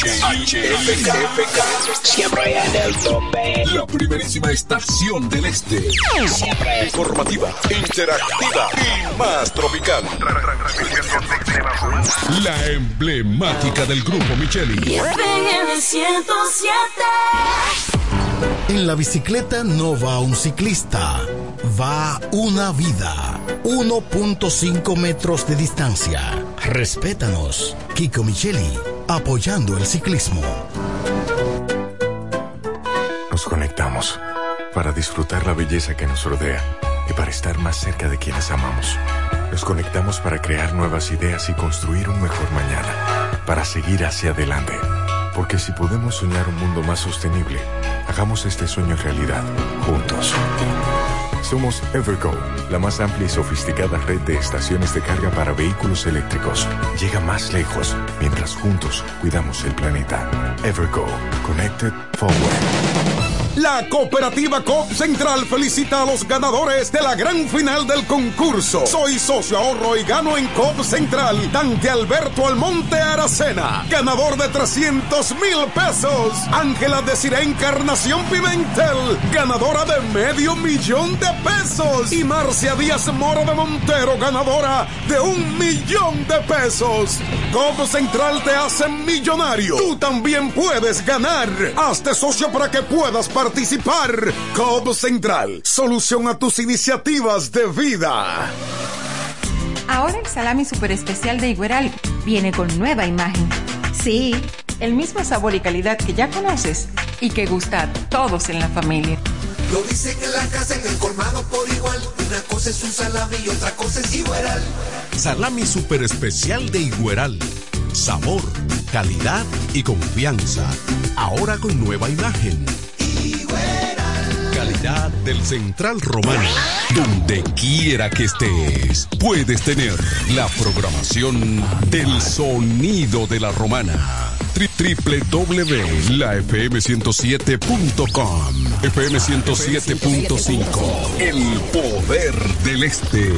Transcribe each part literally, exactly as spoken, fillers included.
H F K, siempre en el tope. La primerísima estación del este. Siempre informativa, interactiva y más tropical. La emblemática del grupo Micheli. ciento siete. En la bicicleta no va un ciclista, va una vida. uno punto cinco metros de distancia. Respétanos. Kiko Micheli, apoyando el ciclismo. Nos conectamos para disfrutar la belleza que nos rodea y para estar más cerca de quienes amamos. Nos conectamos para crear nuevas ideas y construir un mejor mañana, para seguir hacia adelante. Porque si podemos soñar un mundo más sostenible, hagamos este sueño realidad, juntos. Somos Evergo, la más amplia y sofisticada red de estaciones de carga para vehículos eléctricos. Llega más lejos, mientras juntos cuidamos el planeta. Evergo, Connected Forward. La cooperativa Coop Central felicita a los ganadores de la gran final del concurso. Soy socio ahorro y gano en Coop Central. Dante Alberto Almonte Aracena, ganador de trescientos mil pesos. Ángela Desiree Encarnación Pimentel, ganadora de medio millón de pesos. Y Marcia Díaz Mora de Montero, ganadora de un millón de pesos. Coop Central te hace millonario. Tú también puedes ganar. Hazte socio para que puedas participar. Participar. Coop Central, solución a tus iniciativas de vida. Ahora el salami super especial de Igueral viene con nueva imagen. Sí, el mismo sabor y calidad que ya conoces y que gusta a todos en la familia. Lo dicen en la casa, en el colmado por igual. Una cosa es un salami y otra cosa es Igueral. Salami super especial de Igueral. Sabor, calidad y confianza. Ahora con nueva imagen. Calidad del Central Romano. Donde quiera que estés, puedes tener la programación del sonido de la Romana. doble u doble u doble u punto la f m ciento siete punto com. F M ciento siete punto cinco. El poder del este.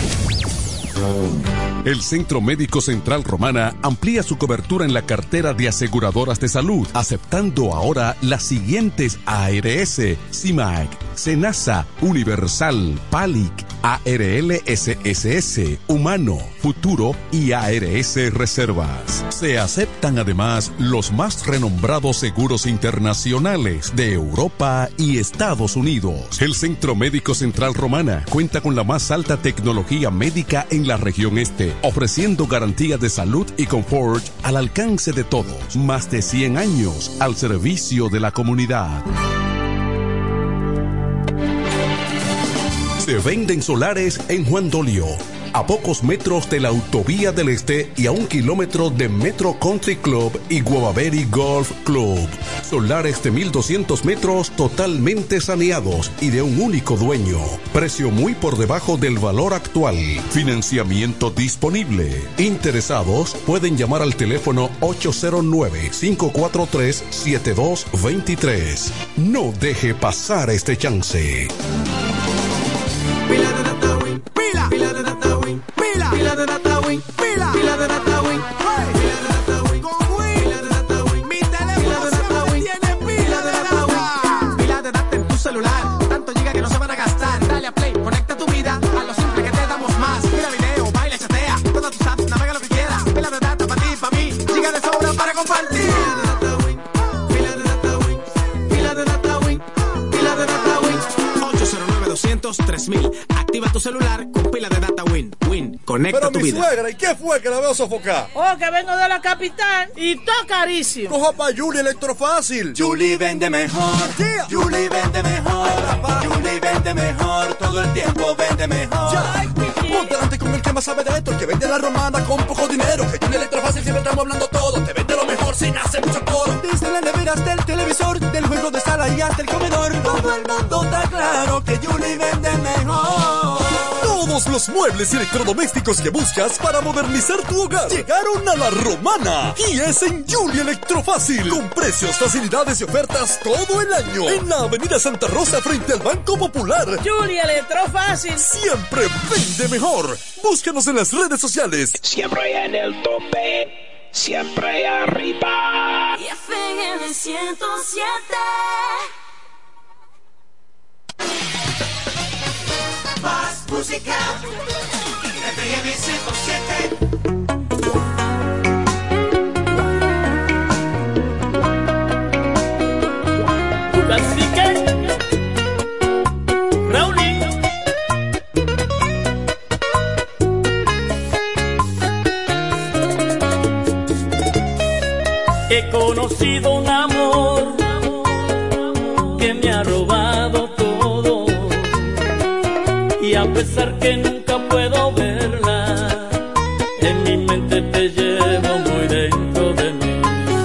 El Centro Médico Central Romana amplía su cobertura en la cartera de aseguradoras de salud, aceptando ahora las siguientes A R S, CIMAC, SENASA, Universal, PALIC, A R L S S S, Humano, Futuro y A R S Reservas. Se aceptan además los más renombrados seguros internacionales de Europa y Estados Unidos. El Centro Médico Central Romana cuenta con la más alta tecnología médica en la región este, ofreciendo garantía de salud y confort al alcance de todos. Más de cien años al servicio de la comunidad. Se venden solares en Juan Dolio, a pocos metros de la Autovía del Este y a un kilómetro de Metro Country Club y Guavaberi Golf Club. Solares de mil doscientos metros totalmente saneados y de un único dueño. Precio muy por debajo del valor actual. Financiamiento disponible. Interesados pueden llamar al teléfono ocho cero nueve, cinco cuatro tres, siete dos dos tres. No deje pasar este chance. Pila de data win, pila, pila de data win, pila, pila de data win, pila, pila de data win, pila de data win, con win, pila de data win, mi teléfono siempre tiene pila de data, pila de data en tu celular, tanto giga que no se van a gastar. Dale a play, conecta tu vida a lo simple que te damos más. Mira video, baila, chatea, todas tus apps, navega lo que quieras. Pila de data para ti, para mí, giga de sobra para compartir. Pila de data win, pila de data win, pila de data win, ocho cero nueve, doscientos, tres mil. Activa tu celular con pila de data Win. Win, conecta Pero tu mi vida. suegra, ¿y qué fue que la veo sofocar? Oh, que vengo de la capital y todo carísimo. Coja pa' Julie Electrofácil. Julie vende mejor. Yeah. Julie vende mejor. Julie vende mejor. Todo el tiempo vende mejor. Ponte delante con el que más sabe de esto, el que vende la romana con poco dinero. Que Julie Electrofácil siempre estamos hablando todo. Te vende lo mejor sin hacer mucho coro. Desde la nevera hasta el televisor, del juego de sala y hasta el comedor. Todo el mundo está claro que Julie vende mejor. Todos los muebles y electrodomésticos que buscas para modernizar tu hogar llegaron a la romana. Y es en Julie Electrofácil. Con precios, facilidades y ofertas todo el año. En la avenida Santa Rosa frente al Banco Popular. Julie Electrofácil. Siempre vende mejor. Búscanos en las redes sociales. Siempre en el tope. siempre arriba. Y F M ciento siete. Más música. F M ciento siete. He conocido un amor que me ha robado todo, y a pesar que nunca puedo verla, en mi mente te llevo muy dentro de mí.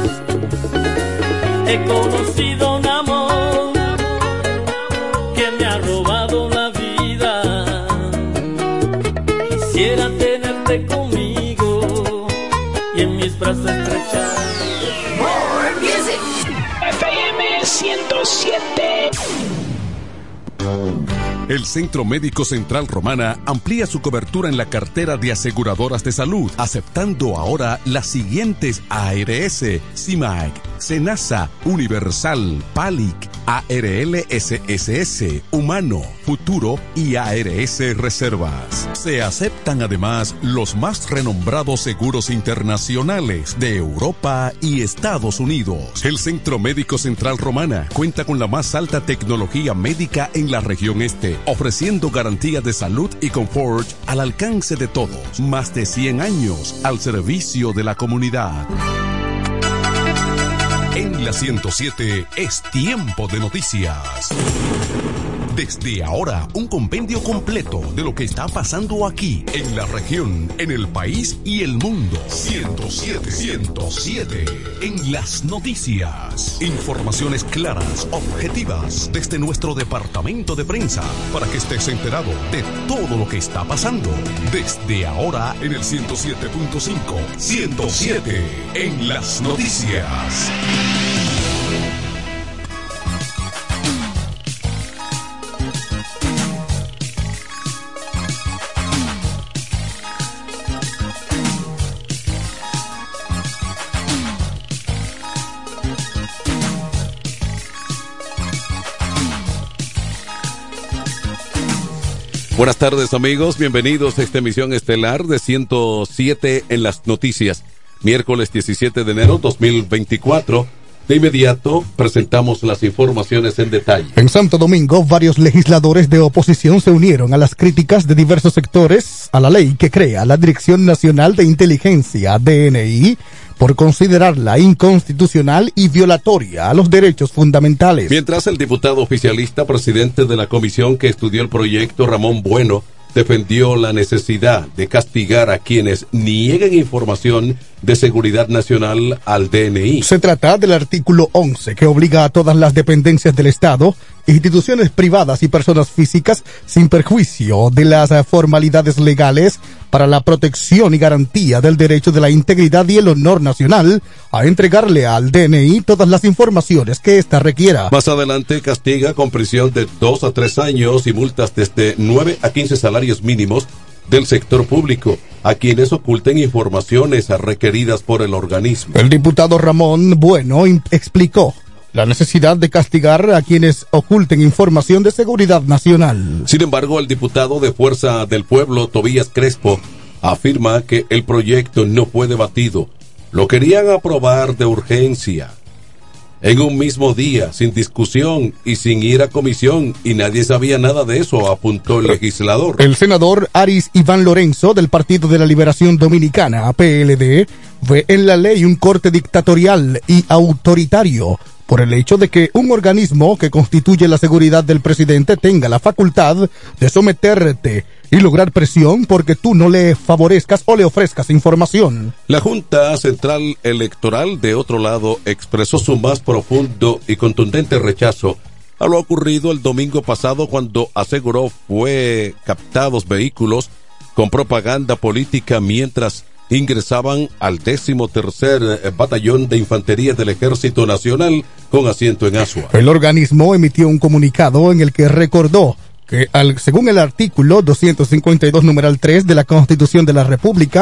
He conocido un amor que me ha robado la vida, quisiera tenerte conmigo y en mis brazos estrechar. F M ciento siete. El Centro Médico Central Romana amplía su cobertura en la cartera de aseguradoras de salud, aceptando ahora las siguientes A R S, CIMAC, SENASA, Universal, PALIC, A R L S S S, Humano, Futuro y A R S Reservas. Se aceptan además los más renombrados seguros internacionales de Europa y Estados Unidos. El Centro Médico Central Romana cuenta con la más alta tecnología médica en la región este, ofreciendo garantía de salud y confort al alcance de todos. Más de cien años al servicio de la comunidad. En la ciento siete es tiempo de noticias. Desde ahora, un compendio completo de lo que está pasando aquí, en la región, en el país y el mundo. ciento siete, ciento siete. En las noticias. Informaciones claras, objetivas, desde nuestro departamento de prensa, para que estés enterado de todo lo que está pasando. Desde ahora, en el ciento siete punto cinco. ciento siete. En las noticias. Buenas tardes, amigos, bienvenidos a esta emisión estelar de ciento siete en las noticias, miércoles diecisiete de enero dos mil veinticuatro. De inmediato presentamos las informaciones en detalle. En Santo Domingo, varios legisladores de oposición se unieron a las críticas de diversos sectores a la ley que crea la Dirección Nacional de Inteligencia, D N I, por considerarla inconstitucional y violatoria a los derechos fundamentales. Mientras el diputado oficialista, presidente de la comisión que estudió el proyecto, Ramón Bueno, defendió la necesidad de castigar a quienes nieguen información de seguridad nacional al D N I. Se trata del artículo once, que obliga a todas las dependencias del Estado, instituciones privadas y personas físicas, sin perjuicio de las formalidades legales, para la protección y garantía del derecho de la integridad y el honor nacional, a entregarle al D N I todas las informaciones que ésta requiera. Más adelante castiga con prisión de dos a tres años y multas desde nueve a quince salarios mínimos del sector público a quienes oculten informaciones requeridas por el organismo. El diputado Ramón Bueno explicó la necesidad de castigar a quienes oculten información de seguridad nacional. Sin embargo, el diputado de Fuerza del Pueblo, Tobías Crespo, afirma que el proyecto no fue debatido. Lo querían aprobar de urgencia, en un mismo día, sin discusión y sin ir a comisión, y nadie sabía nada de eso, apuntó el legislador. El senador Aris Iván Lorenzo, del Partido de la Liberación Dominicana, P L D, ve en la ley un corte dictatorial y autoritario, por el hecho de que un organismo que constituye la seguridad del presidente tenga la facultad de someterte y lograr presión porque tú no le favorezcas o le ofrezcas información. La Junta Central Electoral, de otro lado, expresó su más profundo y contundente rechazo a lo ocurrido el domingo pasado, cuando aseguró fue captados vehículos con propaganda política mientras ingresaban al décimo tercer Batallón de Infantería del Ejército Nacional con asiento en Asua. El organismo emitió un comunicado en el que recordó que, al, según el artículo doscientos cincuenta y dos numeral tres de la Constitución de la República,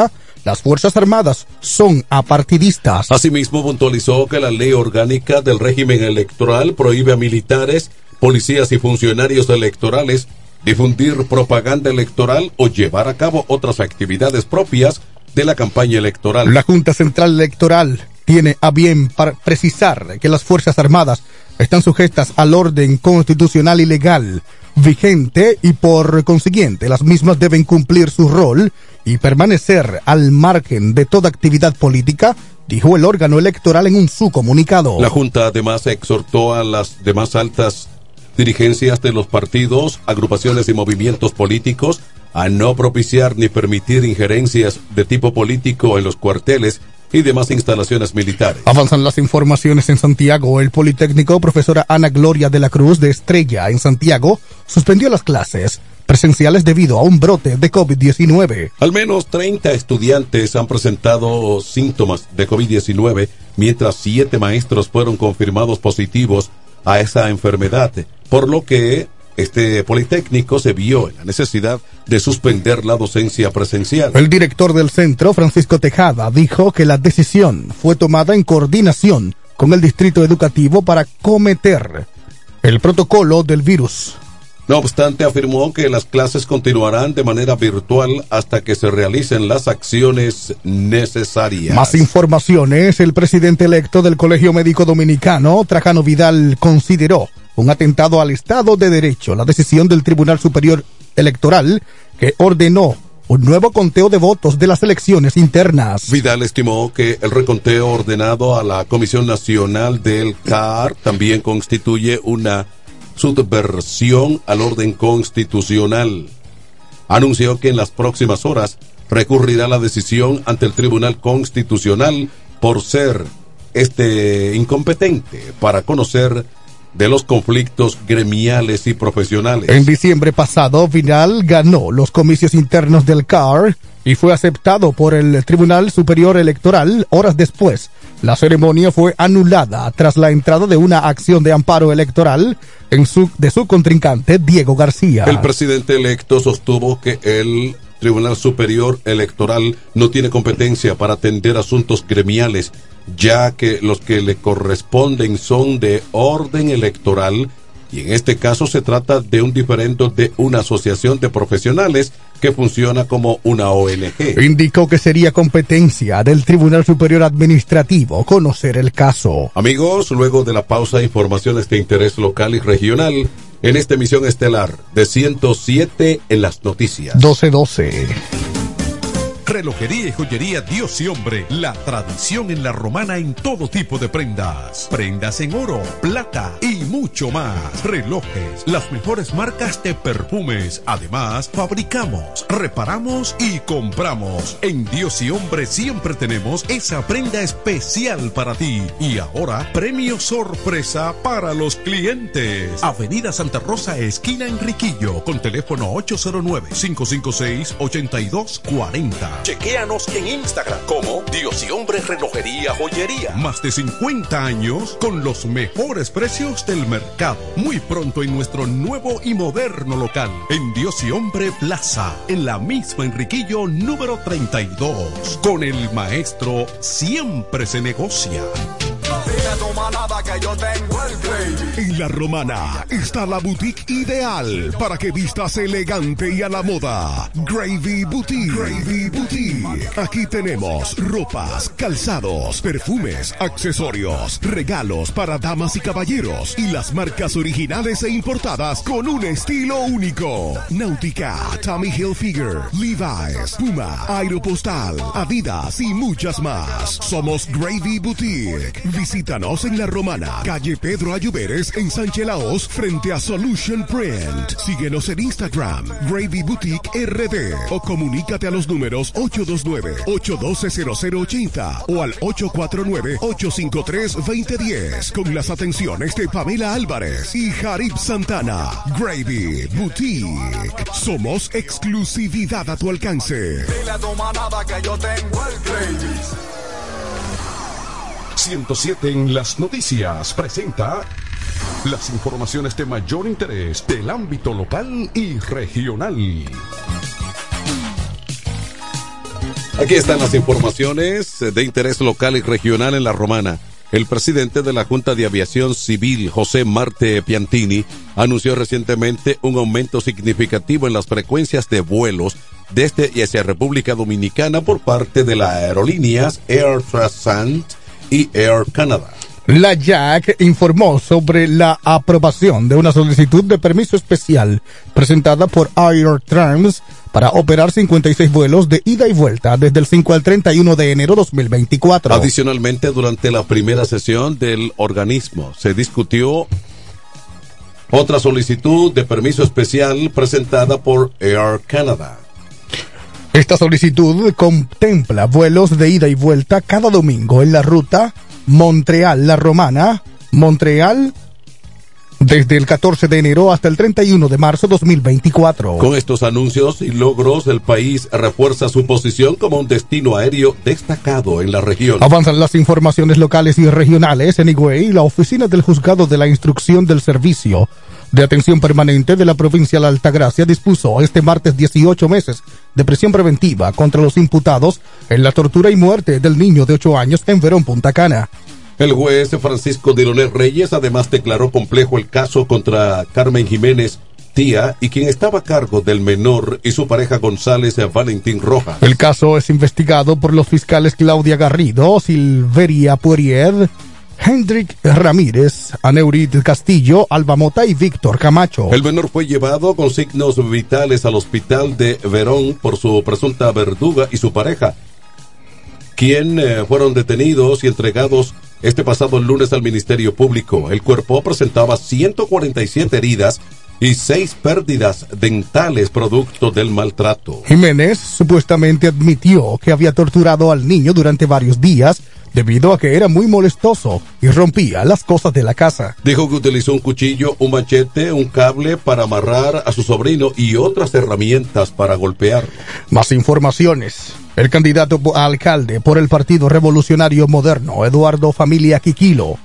Las Fuerzas Armadas son apartidistas. Asimismo, puntualizó que la ley orgánica del régimen electoral prohíbe a militares, policías y funcionarios electorales difundir propaganda electoral o llevar a cabo otras actividades propias de la campaña electoral. La Junta Central Electoral tiene a bien para precisar que las Fuerzas Armadas están sujetas al orden constitucional y legal vigente y por consiguiente las mismas deben cumplir su rol y permanecer al margen de toda actividad política, dijo el órgano electoral en un subcomunicado. La Junta además exhortó a las demás altas dirigencias de los partidos, agrupaciones y movimientos políticos a no propiciar ni permitir injerencias de tipo político en los cuarteles y demás instalaciones militares. Avanzan las informaciones en Santiago. El Politécnico profesora Ana Gloria de la Cruz de Estrella en Santiago suspendió las clases presenciales debido a un brote de COVID diecinueve. Al menos treinta estudiantes han presentado síntomas de COVID diecinueve, mientras siete maestros fueron confirmados positivos a esa enfermedad, por lo que este Politécnico se vio en la necesidad de suspender la docencia presencial. El director del centro, Francisco Tejada, dijo que la decisión fue tomada en coordinación con el distrito educativo para cometer el protocolo del virus. No obstante, afirmó que las clases continuarán de manera virtual hasta que se realicen las acciones necesarias. Más informaciones. El presidente electo del Colegio Médico Dominicano, Trajano Vidal, consideró un atentado al Estado de Derecho la decisión del Tribunal Superior Electoral que ordenó un nuevo conteo de votos de las elecciones internas. Vidal estimó que el reconteo ordenado a la Comisión Nacional del C A R también constituye una subversión al orden constitucional. Anunció que en las próximas horas recurrirá la decisión ante el Tribunal Constitucional por ser este incompetente para conocer de los conflictos gremiales y profesionales. En diciembre pasado, Vidal ganó los comicios internos del C A R y fue aceptado por el Tribunal Superior Electoral. Horas después, la ceremonia fue anulada tras la entrada de una acción de amparo electoral en su, de su contrincante Diego García. El presidente electo sostuvo que el Tribunal Superior Electoral no tiene competencia para atender asuntos gremiales, ya que los que le corresponden son de orden electoral y en este caso se trata de un diferendo de una asociación de profesionales que funciona como una O N G. Indicó que sería competencia del Tribunal Superior Administrativo conocer el caso. Amigos, luego de la pausa, informaciones de interés local y regional en esta emisión estelar de ciento siete en las noticias. doce doce. Relojería y joyería Dios y Hombre, la tradición en la Romana en todo tipo de prendas. Prendas en oro, plata y mucho más. Relojes, las mejores marcas de perfumes. Además, fabricamos, reparamos y compramos. En Dios y Hombre siempre tenemos esa prenda especial para ti. Y ahora, premio sorpresa para los clientes. Avenida Santa Rosa, esquina Enriquillo, con teléfono ocho cero nueve, cinco cinco seis, ocho dos cuatro cero. Chequéanos en Instagram como Dios y Hombre Relojería Joyería. Más de cincuenta años con los mejores precios del mercado. Muy pronto en nuestro nuevo y moderno local, en Dios y Hombre Plaza, en la misma Enriquillo número treinta y dos. Con el maestro siempre se negocia. En La Romana está la boutique ideal para que vistas elegante y a la moda. Gravy Boutique. Gravy Boutique. Aquí tenemos ropas, calzados, perfumes, accesorios, regalos para damas y caballeros y las marcas originales e importadas con un estilo único. Náutica, Tommy Hilfiger, Levi's, Puma, Aeropostal, Adidas y muchas más. Somos Gravy Boutique. Visítanos en La Romana, calle Pedro Ayuberes, en Sánchez Laos, frente a Solution Print. Síguenos en Instagram, Gravy Boutique R D, o comunícate a los números ocho dos nueve, ocho uno dos, cero cero ocho cero o al ocho cuatro nueve, ocho cinco tres, dos cero uno cero, con las atenciones de Pamela Álvarez y Jarib Santana. Gravy Boutique. Somos exclusividad a tu alcance. Dile a tu manada que yo tengo el Gravy. ciento siete en las noticias presenta las informaciones de mayor interés del ámbito local y regional. Aquí están las informaciones de interés local y regional en La Romana. El presidente de la Junta de Aviación Civil, José Marte Piantini, anunció recientemente un aumento significativo en las frecuencias de vuelos desde y hacia República Dominicana por parte de las aerolíneas Air Transat y Air Canada. La J A C informó sobre la aprobación de una solicitud de permiso especial presentada por Air Trans para operar cincuenta y seis vuelos de ida y vuelta desde el cinco al treinta y uno de enero de dos mil veinticuatro. Adicionalmente, durante la primera sesión del organismo se discutió otra solicitud de permiso especial presentada por Air Canada. Esta solicitud contempla vuelos de ida y vuelta cada domingo en la ruta Montreal-La Romana, Montreal, desde el catorce de enero hasta el treinta y uno de marzo de dos mil veinticuatro. Con estos anuncios y logros, el país refuerza su posición como un destino aéreo destacado en la región. Avanzan las informaciones locales y regionales. En Higüey, la oficina del Juzgado de la Instrucción del Servicio de Atención Permanente de la provincia de la Altagracia dispuso este martes dieciocho meses de prisión preventiva contra los imputados en la tortura y muerte del niño de ocho años en Verón, Punta Cana. El juez Francisco Diloné Reyes además declaró complejo el caso contra Carmen Jiménez, tía, y quien estaba a cargo del menor y su pareja González Valentín Rojas. El caso es investigado por los fiscales Claudia Garrido, Silveria Poirier, Hendrik Ramírez, Aneurit Castillo, Alba Mota y Víctor Camacho. El menor fue llevado con signos vitales al hospital de Verón por su presunta verduga y su pareja, quien eh, fueron detenidos y entregados este pasado lunes al Ministerio Público. El cuerpo presentaba ciento cuarenta y siete heridas y seis pérdidas dentales producto del maltrato. Jiménez supuestamente admitió que había torturado al niño durante varios días debido a que era muy molestoso y rompía las cosas de la casa. Dijo que utilizó un cuchillo, un machete, un cable para amarrar a su sobrino y otras herramientas para golpear. Más informaciones. El candidato a alcalde por el Partido Revolucionario Moderno, Eduardo Familia Quiquilo,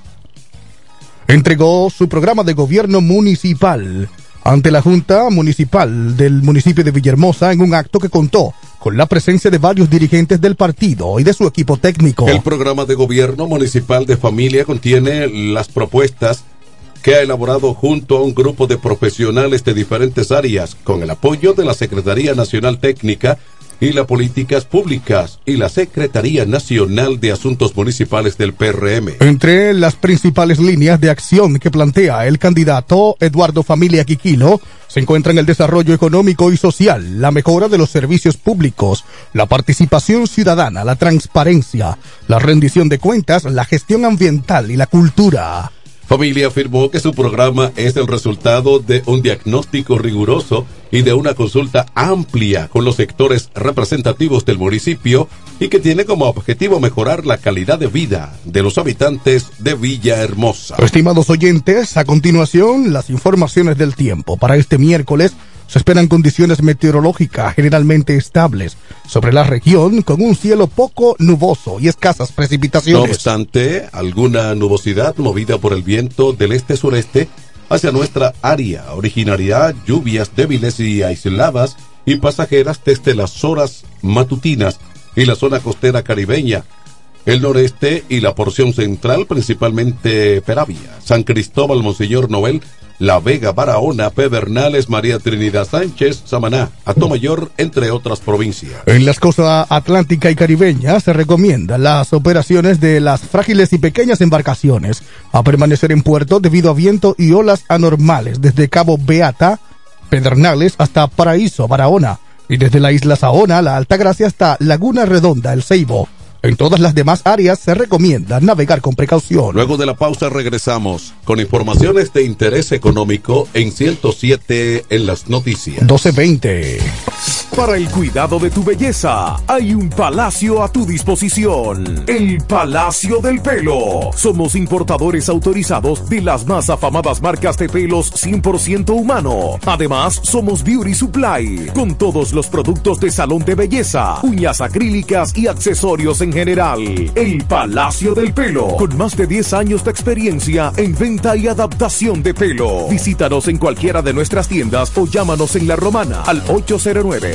entregó su programa de gobierno municipal ante la Junta Municipal del municipio de Villahermosa en un acto que contó con la presencia de varios dirigentes del partido y de su equipo técnico. El programa de gobierno municipal de familia contiene las propuestas que ha elaborado junto a un grupo de profesionales de diferentes áreas, con el apoyo de la Secretaría Nacional Técnica y las Políticas Públicas y la Secretaría Nacional de Asuntos Municipales del P R M. Entre las principales líneas de acción que plantea el candidato Eduardo Familia Quiquilo se encuentran el desarrollo económico y social, la mejora de los servicios públicos, la participación ciudadana, la transparencia, la rendición de cuentas, la gestión ambiental y la cultura. Familia afirmó que su programa es el resultado de un diagnóstico riguroso y de una consulta amplia con los sectores representativos del municipio y que tiene como objetivo mejorar la calidad de vida de los habitantes de Villahermosa. Estimados oyentes, a continuación las informaciones del tiempo. Para este miércoles se esperan condiciones meteorológicas generalmente estables sobre la región, con un cielo poco nuboso y escasas precipitaciones. No obstante, alguna nubosidad movida por el viento del este-sureste hacia nuestra área originaría lluvias débiles y aisladas y pasajeras desde las horas matutinas y la zona costera caribeña, el noreste y la porción central, principalmente Peravia, San Cristóbal, Monseñor Noel, La Vega, Barahona, Pedernales, María Trinidad Sánchez, Samaná, Atomayor, entre otras provincias. En las costas atlántica y caribeña se recomiendan las operaciones de las frágiles y pequeñas embarcaciones a permanecer en puerto debido a viento y olas anormales desde Cabo Beata, Pedernales hasta Paraíso, Barahona, y desde la isla Saona, La Altagracia hasta Laguna Redonda, El Ceibo. En todas las demás áreas se recomienda navegar con precaución. Luego de la pausa regresamos con informaciones de interés económico en ciento siete en las noticias. doce veinte. Para el cuidado de tu belleza, hay un palacio a tu disposición. El Palacio del Pelo. Somos importadores autorizados de las más afamadas marcas de pelos cien por ciento humano. Además, somos Beauty Supply, con todos los productos de salón de belleza, uñas acrílicas y accesorios en general. El Palacio del Pelo, con más de diez años de experiencia en venta y adaptación de pelo. Visítanos en cualquiera de nuestras tiendas o llámanos en La Romana al ocho cero nueve,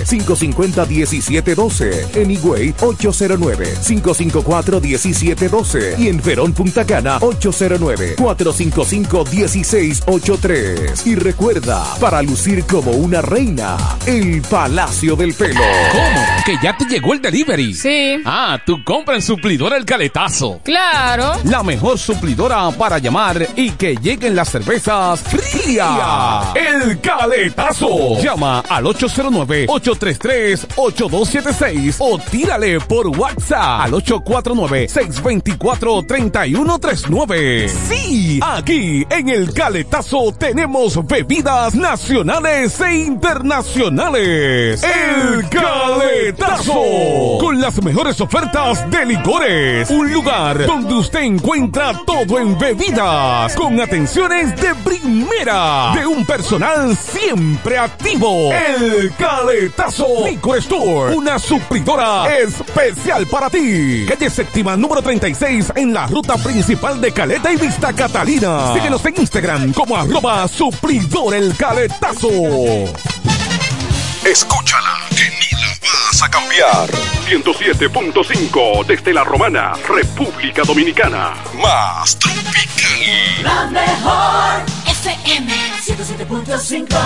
cinco cinco cero, uno siete uno dos. En Higüey, ocho cero nueve, cinco cinco cuatro, uno siete uno dos. Y en Verón Punta Cana, ocho cero nueve, cuatro cinco cinco, uno seis ocho tres. Y recuerda, para lucir como una reina, el Palacio del Pelo. ¿Cómo? ¿Que ya te llegó el delivery? Sí. Ah, tú compras en Suplidora El Caletazo. Claro. La mejor suplidora para llamar y que lleguen las cervezas frías. El Caletazo. Llama al ocho cero nueve, ocho tres tres, ocho dos siete seis o tírale por WhatsApp al ocho cuatro nueve, seis dos cuatro, tres uno tres nueve. Sí, aquí en El Caletazo tenemos bebidas nacionales e internacionales. El Caletazo, con las mejores ofertas de licores. Un lugar donde usted encuentra todo en bebidas, con atenciones de primera, de un personal siempre activo. El Caletazo Licor Store, una suplidora especial para ti. Calle Séptima, número treinta y seis, en la ruta principal de Caleta y Vista Catalina. Síguenos en Instagram como arroba suplidor El Caletazo. Escúchala, que ni la vas a cambiar. ciento siete punto cinco desde La Romana, República Dominicana. Más tropical. La mejor F M ciento siete punto cinco.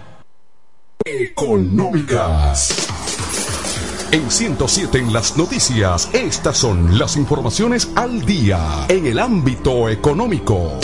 Económicas. En ciento siete en las noticias, estas son las informaciones al día en el ámbito económico.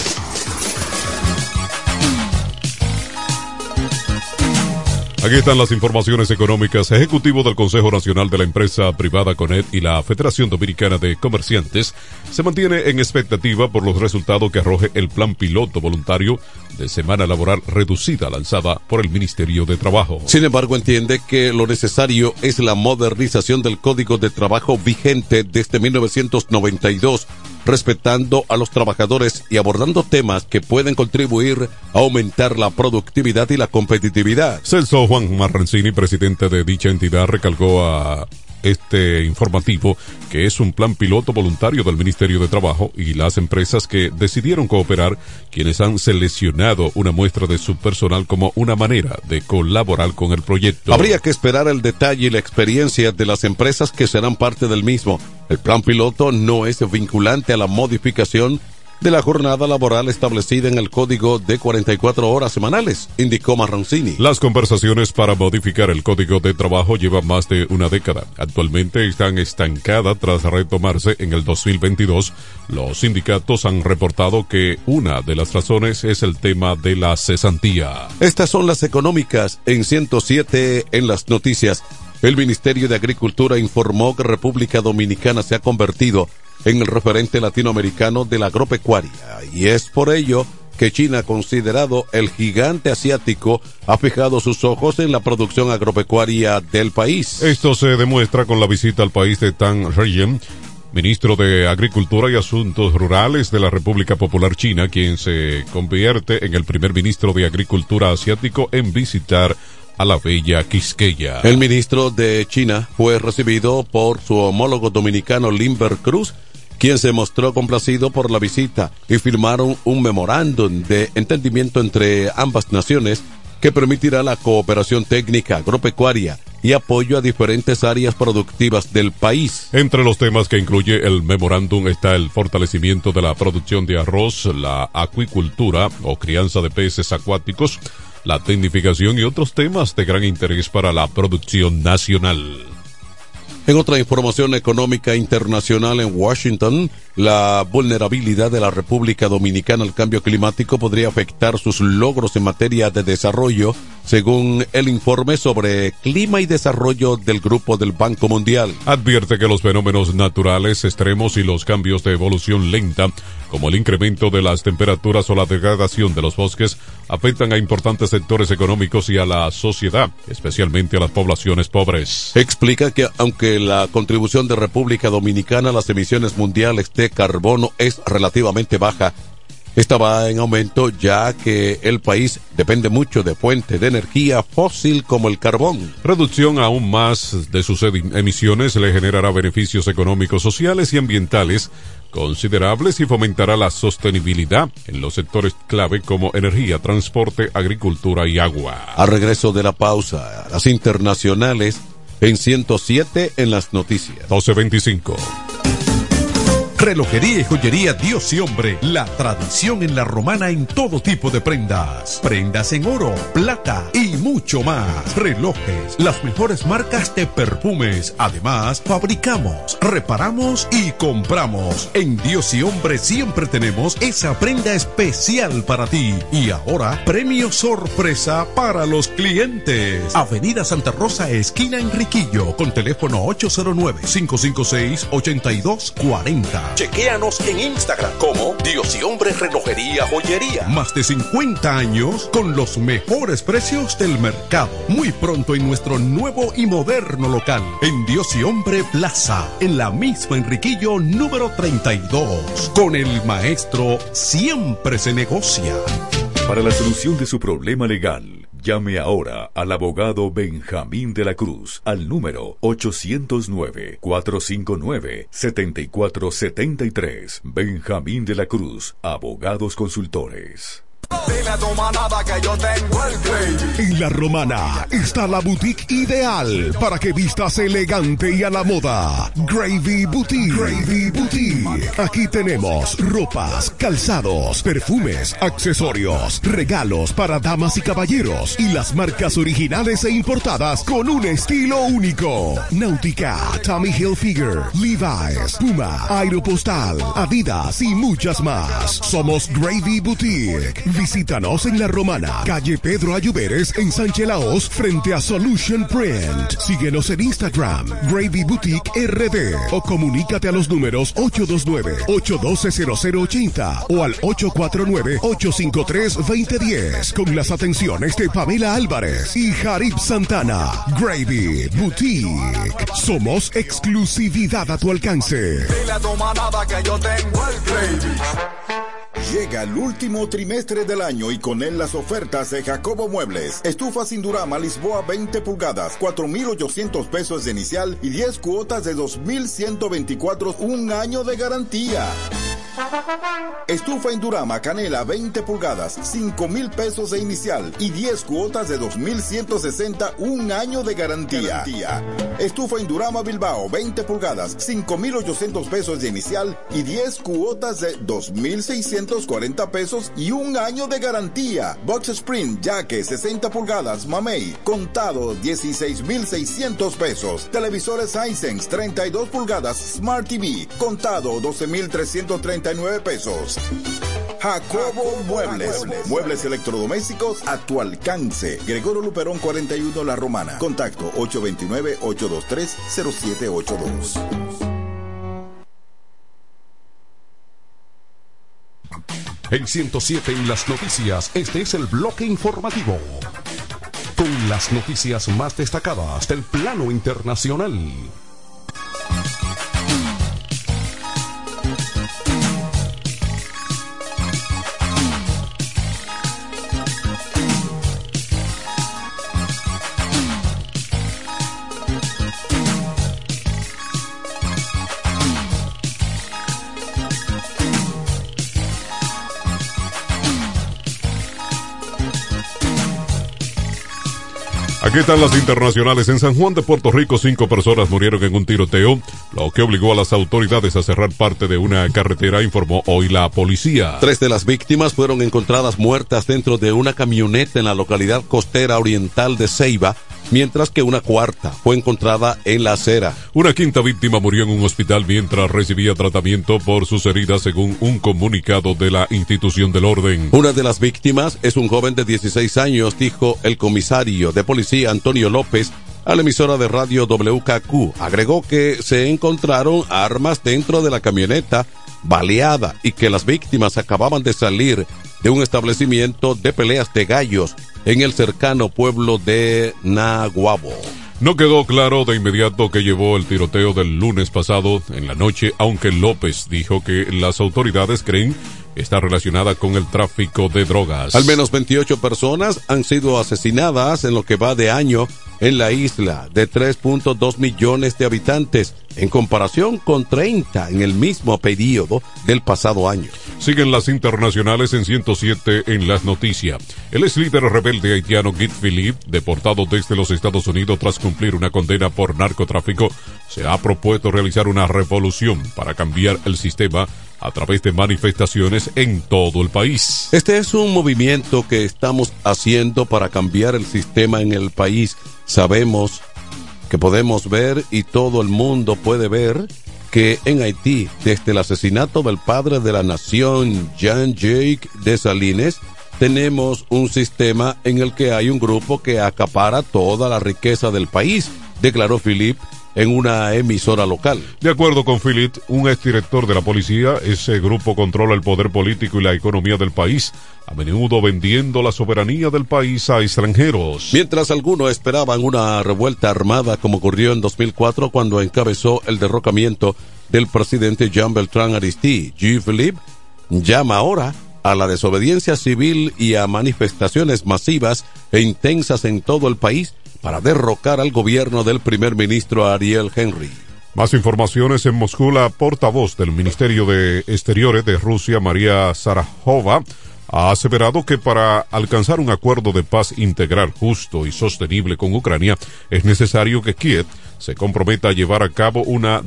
Aquí están las informaciones económicas. Ejecutivo del Consejo Nacional de la Empresa Privada CONED y la Federación Dominicana de Comerciantes se mantiene en expectativa por los resultados que arroje el plan piloto voluntario de semana laboral reducida lanzada por el Ministerio de Trabajo. Sin embargo, entiende que lo necesario es la modernización del Código de Trabajo vigente desde mil novecientos noventa y dos, respetando a los trabajadores y abordando temas que pueden contribuir a aumentar la productividad y la competitividad. Celso Juan Marrancini, presidente de dicha entidad, recalcó a este informativo que es un plan piloto voluntario del Ministerio de Trabajo y las empresas que decidieron cooperar, quienes han seleccionado una muestra de su personal como una manera de colaborar con el proyecto. Habría que esperar el detalle y la experiencia de las empresas que serán parte del mismo. El plan piloto no es vinculante a la modificación de la jornada laboral establecida en el Código de cuarenta y cuatro horas semanales, indicó Marrancini. Las conversaciones para modificar el Código de Trabajo llevan más de una década. Actualmente están estancadas tras retomarse en el dos mil veintidós. Los sindicatos han reportado que una de las razones es el tema de la cesantía. Estas son las económicas en ciento siete en las noticias. El Ministerio de Agricultura informó que República Dominicana se ha convertido en el referente latinoamericano de la agropecuaria, y es por ello que China, considerado el gigante asiático, ha fijado sus ojos en la producción agropecuaria del país. Esto se demuestra con la visita al país de Tang Zhejian, ministro de Agricultura y Asuntos Rurales de la República Popular China, quien se convierte en el primer ministro de Agricultura asiático en visitar a la bella Quisqueya. El ministro de China fue recibido por su homólogo dominicano Limber Cruz, quien se mostró complacido por la visita, y firmaron un memorándum de entendimiento entre ambas naciones que permitirá la cooperación técnica agropecuaria y apoyo a diferentes áreas productivas del país. Entre los temas que incluye el memorándum está el fortalecimiento de la producción de arroz, la acuicultura o crianza de peces acuáticos, la tecnificación y otros temas de gran interés para la producción nacional. En otra información económica internacional, en Washington, la vulnerabilidad de la República Dominicana al cambio climático podría afectar sus logros en materia de desarrollo, según el informe sobre clima y desarrollo del Grupo del Banco Mundial. Advierte que los fenómenos naturales extremos y los cambios de evolución lenta, como el incremento de las temperaturas o la degradación de los bosques, afectan a importantes sectores económicos y a la sociedad, especialmente a las poblaciones pobres. Explica que aunque la contribución de República Dominicana a las emisiones mundiales de carbono es relativamente baja, Esta va en aumento ya que el país depende mucho de fuentes de energía fósil como el carbón. Reducción aún más de sus emisiones le generará beneficios económicos, sociales y ambientales considerables y fomentará la sostenibilidad en los sectores clave como energía, transporte, agricultura y agua. Al regreso de la pausa, las internacionales en ciento siete en las noticias. doce veinticinco. Relojería y joyería Dios y Hombre, la tradición en la romana en todo tipo de prendas. Prendas en oro, plata y mucho más. Relojes, las mejores marcas de perfumes. Además, fabricamos, reparamos y compramos. En Dios y Hombre siempre tenemos esa prenda especial para ti. Y ahora, premio sorpresa para los clientes. Avenida Santa Rosa, esquina Enriquillo, con teléfono ocho cero nueve, cinco cinco seis, ocho dos cuatro cero. Chequéanos en Instagram como Dios y Hombre Relojería Joyería. Más de cincuenta años con los mejores precios del mercado. Muy pronto en nuestro nuevo y moderno local, en Dios y Hombre Plaza, en la misma Enriquillo número treinta y dos. Con el maestro siempre se negocia. Para la solución de su problema legal, llame ahora al abogado Benjamín de la Cruz al número ochocientos nueve, cuatrocientos cincuenta y nueve, setenta y cuatro setenta y tres. Benjamín de la Cruz, abogados consultores. Dile a tu manada que yo tengo el Gravy. En La Romana está la boutique ideal para que vistas elegante y a la moda. Gravy Boutique. Gravy Boutique. Aquí tenemos ropas, calzados, perfumes, accesorios, regalos para damas y caballeros y las marcas originales e importadas con un estilo único. Náutica, Tommy Hilfiger, Levi's, Puma, Aeropostal, Adidas y muchas más. Somos Gravy Boutique. Visítanos en La Romana, calle Pedro Ayuberes, en Sánchez Laos, frente a Solution Print. Síguenos en Instagram, Gravy Boutique R D, o comunícate a los números ocho dos nueve, ocho uno dos, cero cero ocho cero o al ocho cuatro nueve, ocho cinco tres, dos cero uno cero, con las atenciones de Pamela Álvarez y Jarib Santana. Gravy Boutique. Somos exclusividad a tu alcance. Dile a tu manada que yo tengo el Gravy. Llega el último trimestre del año y con él las ofertas de Jacobo Muebles. Estufa sin Durama Lisboa veinte pulgadas, cuatro mil ochocientos pesos de inicial y diez cuotas de dos mil ciento veinticuatro, un año de garantía. Estufa Indurama Canela veinte pulgadas, cinco mil pesos de inicial y diez cuotas de dos mil ciento sesenta, un año de garantía. garantía. Estufa Indurama Bilbao veinte pulgadas, cinco mil ochocientos pesos de inicial y diez cuotas de dos mil seiscientos cuarenta pesos y un año de garantía. Box Spring Yaque sesenta pulgadas, Mamey, contado dieciséis mil seiscientos pesos. Televisores Hisense treinta y dos pulgadas, Smart T V, contado doce mil trescientos treinta y nueve pesos. Jacobo Muebles. Muebles electrodomésticos a tu alcance. Gregorio Luperón cuarenta y uno La Romana. Contacto ocho dos nueve, ocho dos tres, cero siete ocho dos. En ciento siete en las noticias, este es el bloque informativo. Con las noticias más destacadas del plano internacional. Aquí están las internacionales. En San Juan de Puerto Rico, cinco personas murieron en un tiroteo, lo que obligó a las autoridades a cerrar parte de una carretera, informó hoy la policía. Tres de las víctimas fueron encontradas muertas dentro de una camioneta en la localidad costera oriental de Ceiba, mientras que una cuarta fue encontrada en la acera. Una quinta víctima murió en un hospital mientras recibía tratamiento por sus heridas, según un comunicado de la institución del orden. Una de las víctimas es un joven de dieciséis años, dijo el comisario de policía Antonio López a la emisora de radio W K Q. Agregó que se encontraron armas dentro de la camioneta baleada y que las víctimas acababan de salir de un establecimiento de peleas de gallos en el cercano pueblo de Naguabo. No quedó claro de inmediato que llevó el tiroteo del lunes pasado en la noche, aunque López dijo que las autoridades creen está relacionada con el tráfico de drogas. Al menos veintiocho personas han sido asesinadas en lo que va de año en la isla de tres punto dos millones de habitantes, en comparación con treinta en el mismo periodo del pasado año. Siguen las internacionales en ciento siete en las noticias. El ex líder rebelde haitiano Guy Philippe, deportado desde los Estados Unidos tras cumplir una condena por narcotráfico, se ha propuesto realizar una revolución para cambiar el sistema a través de manifestaciones en todo el país. Este es un movimiento que estamos haciendo para cambiar el sistema en el país. Sabemos que podemos ver y todo el mundo puede ver que en Haití, desde el asesinato del padre de la nación, Jean-Jacques Dessalines, tenemos un sistema en el que hay un grupo que acapara toda la riqueza del país, declaró Philippe en una emisora local. De acuerdo con Philippe, un exdirector de la policía, ese grupo controla el poder político y la economía del país, a menudo vendiendo la soberanía del país a extranjeros. Mientras algunos esperaban una revuelta armada como ocurrió en dos mil cuatro cuando encabezó el derrocamiento del presidente Jean-Bertrand Aristide, Guy Philippe llama ahora a la desobediencia civil y a manifestaciones masivas e intensas en todo el país para derrocar al gobierno del primer ministro Ariel Henry. Más informaciones en Moscú. La portavoz del Ministerio de Exteriores de Rusia, María Zarajova, ha aseverado que para alcanzar un acuerdo de paz integral, justo y sostenible con Ucrania, es necesario que Kiev se comprometa a llevar a cabo una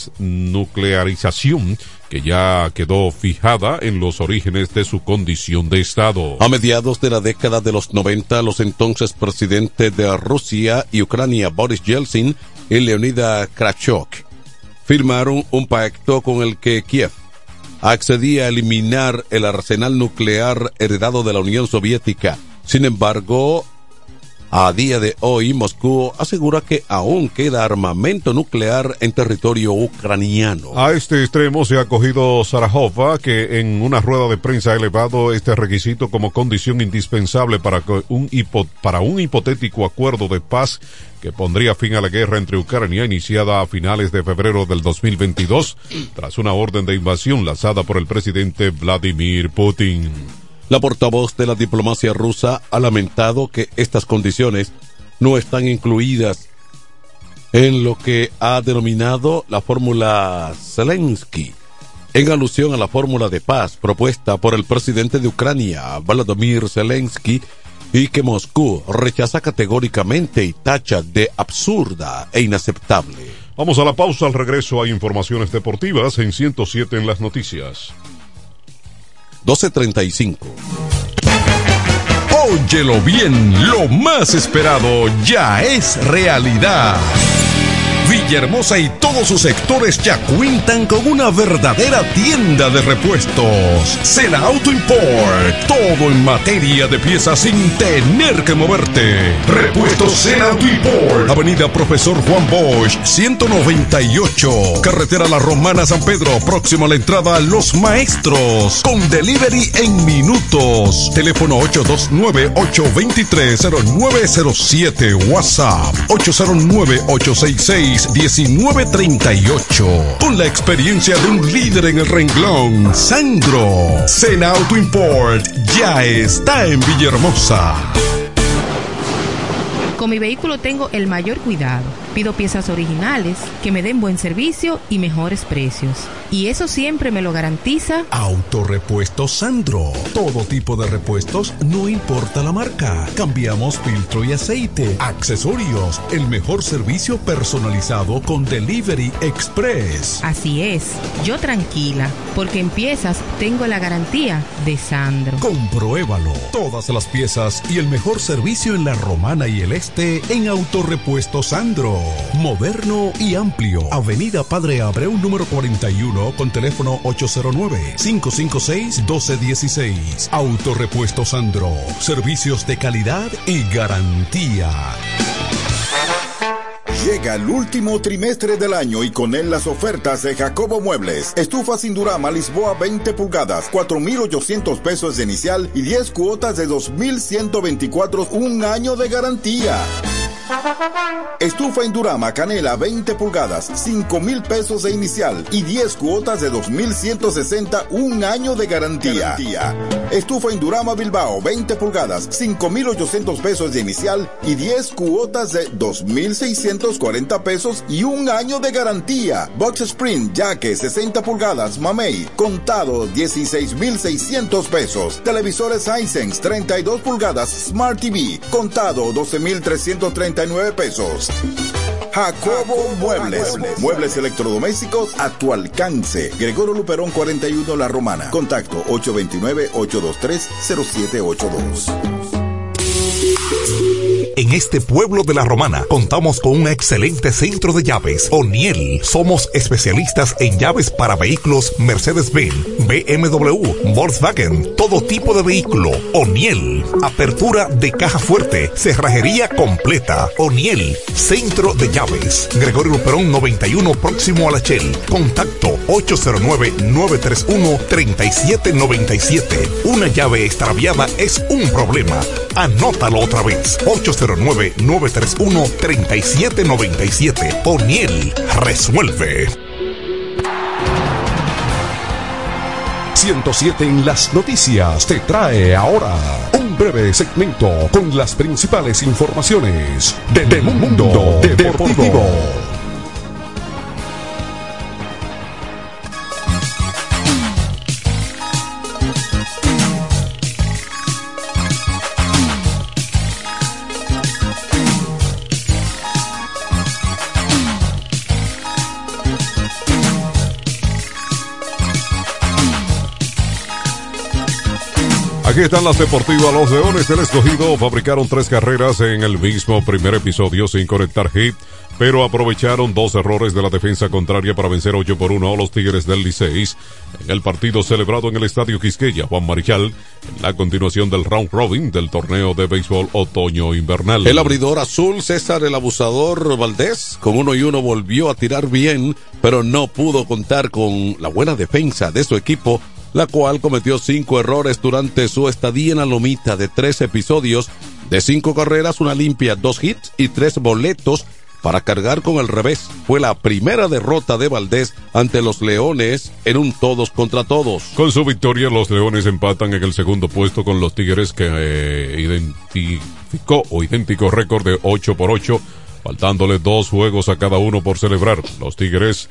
desnuclearización que ya quedó fijada en los orígenes de su condición de Estado. A mediados de la década de los noventa, los entonces presidentes de Rusia y Ucrania, Boris Yeltsin y Leonid Khrushchev, firmaron un pacto con el que Kiev accedía a eliminar el arsenal nuclear heredado de la Unión Soviética. Sin embargo, a día de hoy, Moscú asegura que aún queda armamento nuclear en territorio ucraniano. A este extremo se ha acogido Zarajova, que en una rueda de prensa ha elevado este requisito como condición indispensable para un, hipo, para un hipotético acuerdo de paz que pondría fin a la guerra entre Ucrania, iniciada a finales de febrero del dos mil veintidós, tras una orden de invasión lanzada por el presidente Vladimir Putin. La portavoz de la diplomacia rusa ha lamentado que estas condiciones no están incluidas en lo que ha denominado la fórmula Zelensky, en alusión a la fórmula de paz propuesta por el presidente de Ucrania, Volodymyr Zelensky, y que Moscú rechaza categóricamente y tacha de absurda e inaceptable. Vamos a la pausa. Al regreso hay informaciones deportivas en ciento siete en las noticias. doce treinta y cinco. Óyelo bien, lo más esperado ya es realidad. Villahermosa y todos sus sectores ya cuentan con una verdadera tienda de repuestos. Sena Auto Import, todo en materia de piezas sin tener que moverte. Repuestos Sena Auto Import, Avenida Profesor Juan Bosch, ciento noventa y ocho, Carretera La Romana San Pedro, próximo a la entrada a Los Maestros, con delivery en minutos. Teléfono ocho dos nueve, ocho dos tres, cero nueve cero siete, WhatsApp ocho cero nueve, ocho seis seis, uno nueve tres ocho. Con la experiencia de un líder en el renglón, Sandro. Sena Auto Import ya está en Villahermosa. Con mi vehículo tengo el mayor cuidado. Pido piezas originales, que me den buen servicio y mejores precios. Y eso siempre me lo garantiza Autorepuestos Sandro. Todo tipo de repuestos, no importa la marca. Cambiamos filtro y aceite, accesorios, el mejor servicio personalizado con Delivery Express. Así es, yo tranquila, porque en piezas tengo la garantía de Sandro. Compruébalo. Todas las piezas y el mejor servicio en La Romana y el Este en Autorepuestos Sandro. Moderno y amplio. Avenida Padre Abreu número cuarenta y uno con teléfono ocho cero nueve, cinco cinco seis, uno dos uno seis. Autorepuesto Sandro. Servicios de calidad y garantía. Llega el último trimestre del año y con él las ofertas de Jacobo Muebles. Estufa sin Durama Lisboa veinte pulgadas, cuatro mil ochocientos pesos de inicial y diez cuotas de dos mil ciento veinticuatro, un año de garantía. Estufa Indurama Canela veinte pulgadas, cinco mil pesos de inicial y diez cuotas de dos mil ciento sesenta, un año de garantía. garantía. Estufa Indurama Bilbao veinte pulgadas, cinco mil ochocientos pesos de inicial y diez cuotas de dos mil seiscientos cuarenta pesos y un año de garantía. Box Spring Yaque sesenta pulgadas Mamey, contado dieciséis mil seiscientos pesos. Televisores Hisense treinta y dos pulgadas Smart T V, contado doce mil trescientos treinta y nueve pesos. Jacobo Muebles. Muebles electrodomésticos a tu alcance. Gregorio Luperón cuarenta y uno La Romana. Contacto ocho dos nueve, ocho dos tres, cero siete ocho dos. En este pueblo de La Romana contamos con un excelente centro de llaves, O'Neill. Somos especialistas en llaves para vehículos Mercedes-Benz, B M W, Volkswagen, todo tipo de vehículo. O'Neill. Apertura de caja fuerte, cerrajería completa. O'Neill, centro de llaves. Gregorio Luperón noventa y uno, próximo a la Shell. Contacto ocho cero nueve, nueve tres uno, tres siete nueve siete. Una llave extraviada es un problema. Anótalo otra vez. ocho cero nueve, nueve tres uno, tres siete nueve siete. O'Neill resuelve. ciento siete en las noticias te trae ahora un breve segmento con las principales informaciones del de mundo deportivo. Aquí están las deportivas. Los Leones del Escogido fabricaron tres carreras en el mismo primer episodio sin conectar hit, pero aprovecharon dos errores de la defensa contraria para vencer ocho por uno a los Tigres del Licey en el partido celebrado en el Estadio Quisqueya Juan Marichal, en la continuación del round robin del torneo de béisbol otoño-invernal. El abridor azul César el Abusador Valdés con uno y uno volvió a tirar bien, pero no pudo contar con la buena defensa de su equipo, la cual cometió cinco errores durante su estadía en la lomita de tres episodios, de cinco carreras, una limpia, dos hits y tres boletos para cargar con el revés. Fue la primera derrota de Valdés ante los Leones en un todos contra todos. Con su victoria, los Leones empatan en el segundo puesto con los Tigres, que eh, identificó o idéntico récord de ocho por ocho, faltándole dos juegos a cada uno por celebrar. Los Tigres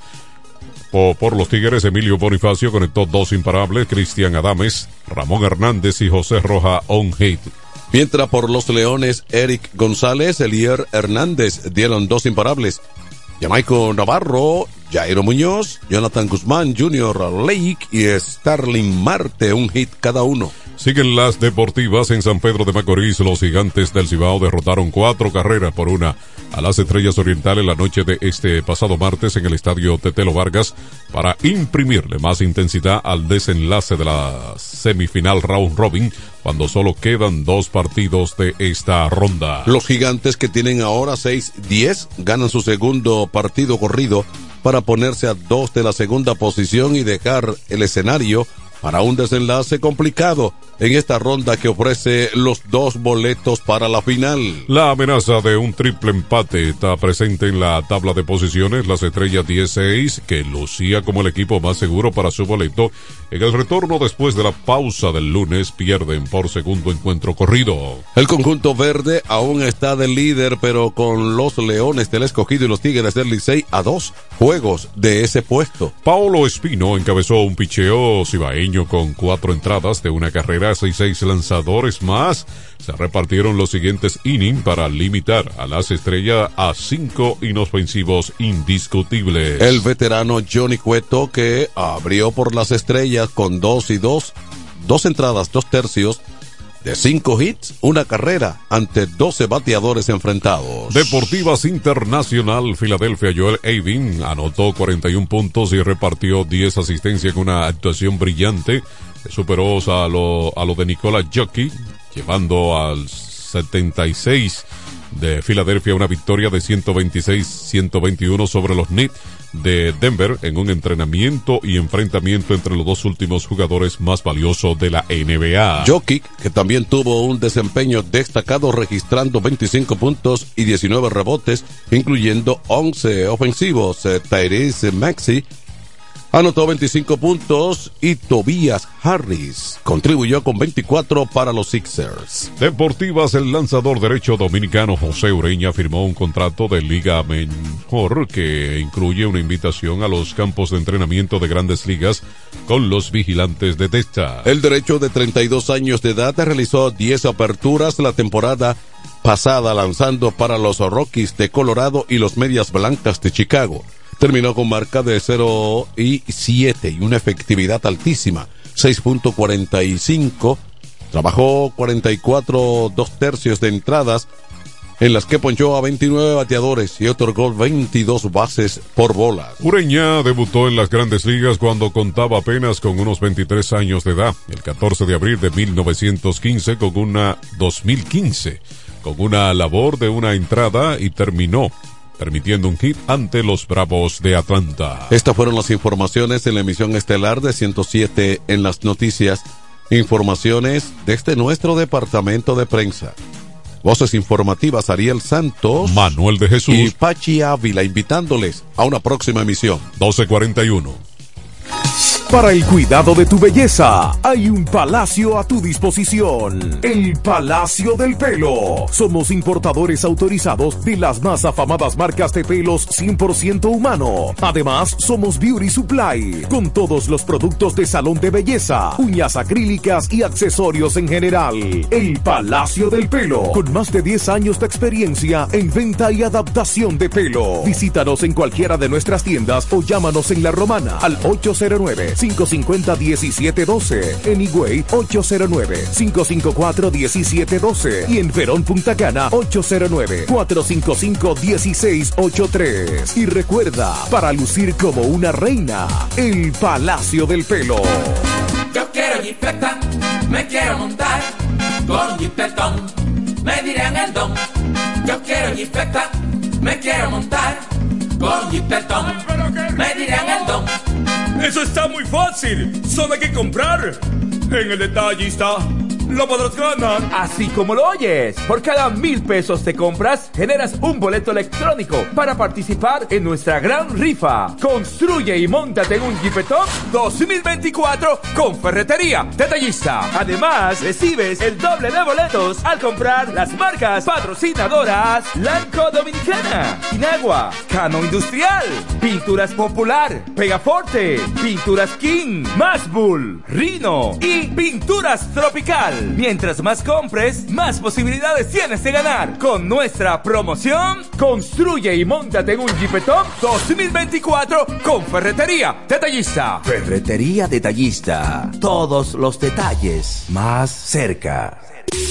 O por los Tigres, Emilio Bonifacio conectó dos imparables, Cristian Adames, Ramón Hernández y José Roja on hit. Mientras por los Leones, Eric González, Elier Hernández dieron dos imparables. Jamaico Navarro, Jairo Muñoz, Jonathan Guzmán junior Lake y Starling Marte, un hit cada uno. Siguen las deportivas en San Pedro de Macorís. Los Gigantes del Cibao derrotaron cuatro carreras por una a las Estrellas Orientales la noche de este pasado martes en el estadio Tetelo Vargas para imprimirle más intensidad al desenlace de la semifinal round robin, cuando solo quedan dos partidos de esta ronda. Los Gigantes, que tienen ahora seis diez, ganan su segundo partido corrido para ponerse a dos de la segunda posición y dejar el escenario para un desenlace complicado en esta ronda que ofrece los dos boletos para la final. La amenaza de un triple empate está presente en la tabla de posiciones. Las Estrellas dieciséis, que lucía como el equipo más seguro para su boleto, en el retorno después de la pausa del lunes pierden por segundo encuentro corrido. El conjunto verde aún está de líder, pero con los Leones del Escogido y los Tigres del Licey a dos juegos de ese puesto. Paulo Espino encabezó un picheo cibaeño con cuatro entradas de una carrera y seis lanzadores más. Se repartieron los siguientes innings para limitar a las Estrellas a cinco inofensivos indiscutibles. El veterano Johnny Cueto, que abrió por las Estrellas con dos y dos, dos entradas, dos tercios, de cinco hits, una carrera, ante doce bateadores enfrentados. Deportivas Internacional, Filadelfia, Joel Avin anotó cuarenta y un puntos y repartió diez asistencias con una actuación brillante. Superó a lo, a lo de Nikola Jokic, llevando al setenta y seis de Filadelfia una victoria de ciento veintiséis a ciento veintiuno sobre los Knicks, de Denver en un entrenamiento y enfrentamiento entre los dos últimos jugadores más valiosos de la N B A. Jokic, que también tuvo un desempeño destacado registrando veinticinco puntos y diecinueve rebotes, incluyendo once ofensivos. Tyrese Maxey anotó veinticinco puntos y Tobias Harris contribuyó con veinticuatro para los Sixers. Deportivas, el lanzador derecho dominicano José Ureña firmó un contrato de Liga Menor que incluye una invitación a los campos de entrenamiento de Grandes Ligas con los Vigilantes de Texas. El derecho de treinta y dos años de edad realizó diez aperturas la temporada pasada lanzando para los Rockies de Colorado y los Medias Blancas de Chicago. Terminó con marca de cero y siete y una efectividad altísima, seis punto cuarenta y cinco. Trabajó cuarenta y cuatro, dos tercios de entradas, en las que ponchó a veintinueve bateadores y otorgó veintidós bases por bolas. Ureña debutó en las Grandes Ligas cuando contaba apenas con unos veintitrés años de edad, el catorce de abril de mil novecientos quince con una dos mil quince, con una labor de una entrada y terminó permitiendo un hit ante los Bravos de Atlanta. Estas fueron las informaciones en la emisión estelar de ciento siete en las noticias. Informaciones desde nuestro departamento de prensa. Voces informativas Ariel Santos, Manuel de Jesús y Pachi Ávila, invitándoles a una próxima emisión. doce cuarenta y uno. Para el cuidado de tu belleza, hay un palacio a tu disposición. El Palacio del Pelo. Somos importadores autorizados de las más afamadas marcas de pelos cien por ciento humano. Además, somos Beauty Supply, con todos los productos de salón de belleza, uñas acrílicas y accesorios en general. El Palacio del Pelo, con más de diez años de experiencia en venta y adaptación de pelo. Visítanos en cualquiera de nuestras tiendas o llámanos en La Romana al ocho cero nueve, cinco cinco cero, uno siete uno dos, en Higüey ocho cero nueve, cinco cinco cuatro, uno siete uno dos y en Verón Punta Cana ocho cero nueve, cuatro cinco cinco, uno seis ocho tres. Y recuerda, para lucir como una reina, el Palacio del Pelo. Yo quiero jipeta, me quiero montar con jipetón, me dirán el don. Yo quiero jipeta, me quiero montar con jipetón, me dirán el don. Eso está muy fácil, solo hay que comprar. En el Detallista lo podrás ganar. Así como lo oyes, por cada mil pesos te compras, generas un boleto electrónico para participar en nuestra gran rifa. Construye y móntate en un Jeepetop dos mil veinticuatro con Ferretería Detallista. Además, recibes el doble de boletos al comprar las marcas patrocinadoras Lanco Dominicana, Inagua, Cano Industrial, Pinturas Popular, Pegaforte, Pinturas King, Masbull, Rino y Pinturas Tropical. Mientras más compres, más posibilidades tienes de ganar. Con nuestra promoción, construye y móntate en un Jeepetop dos mil veinticuatro con Ferretería Detallista. Ferretería Detallista. Todos los detalles más cerca.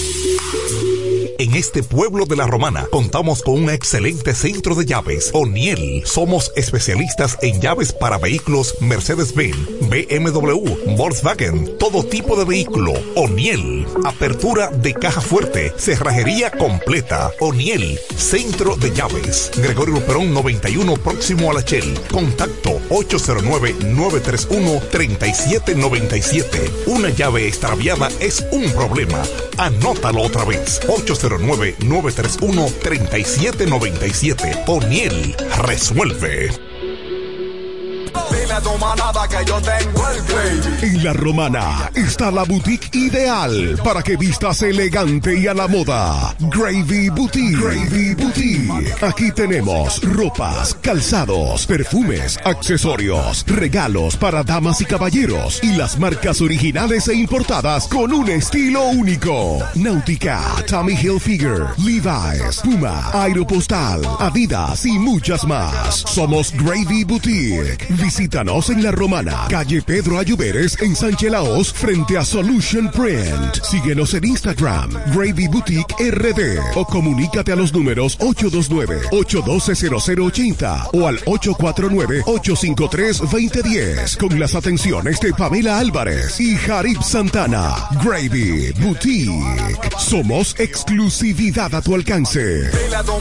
En este pueblo de La Romana contamos con un excelente centro de llaves, O'Neill. Somos especialistas en llaves para vehículos Mercedes-Benz, B M W, Volkswagen, todo tipo de vehículo. O'Neill. Apertura de caja fuerte, cerrajería completa. O'Neill, centro de llaves. Gregorio Luperón noventa y uno, próximo a La Shell. Contacto ocho cero nueve, nueve tres uno, tres siete nueve siete. Una llave extraviada es un problema. Anótalo otra vez. ocho cero nueve, nueve tres uno, tres siete nueve siete. O'Neill resuelve. Dime a tu manada que yo tengo el Gravy. En La Romana está la boutique ideal para que vistas elegante y a la moda. Gravy Boutique. Gravy Boutique. Aquí tenemos ropas, calzados, perfumes, accesorios, regalos para damas y caballeros y las marcas originales e importadas con un estilo único. Náutica, Tommy Hilfiger, Levi's, Puma, Aeropostal, Adidas y muchas más. Somos Gravy Boutique. Visítanos en La Romana, calle Pedro Ayuberes, Sucursales en Sánchez Laos frente a Solution Print. Síguenos en Instagram, Gravy Boutique R D, o comunícate a los números ocho dos nueve, ocho uno dos, cero cero ocho cero o al ocho cuatro nueve, ocho cinco tres, dos cero uno cero con las atenciones de Pamela Álvarez y Jarib Santana. Gravy Boutique. Somos exclusividad a tu alcance.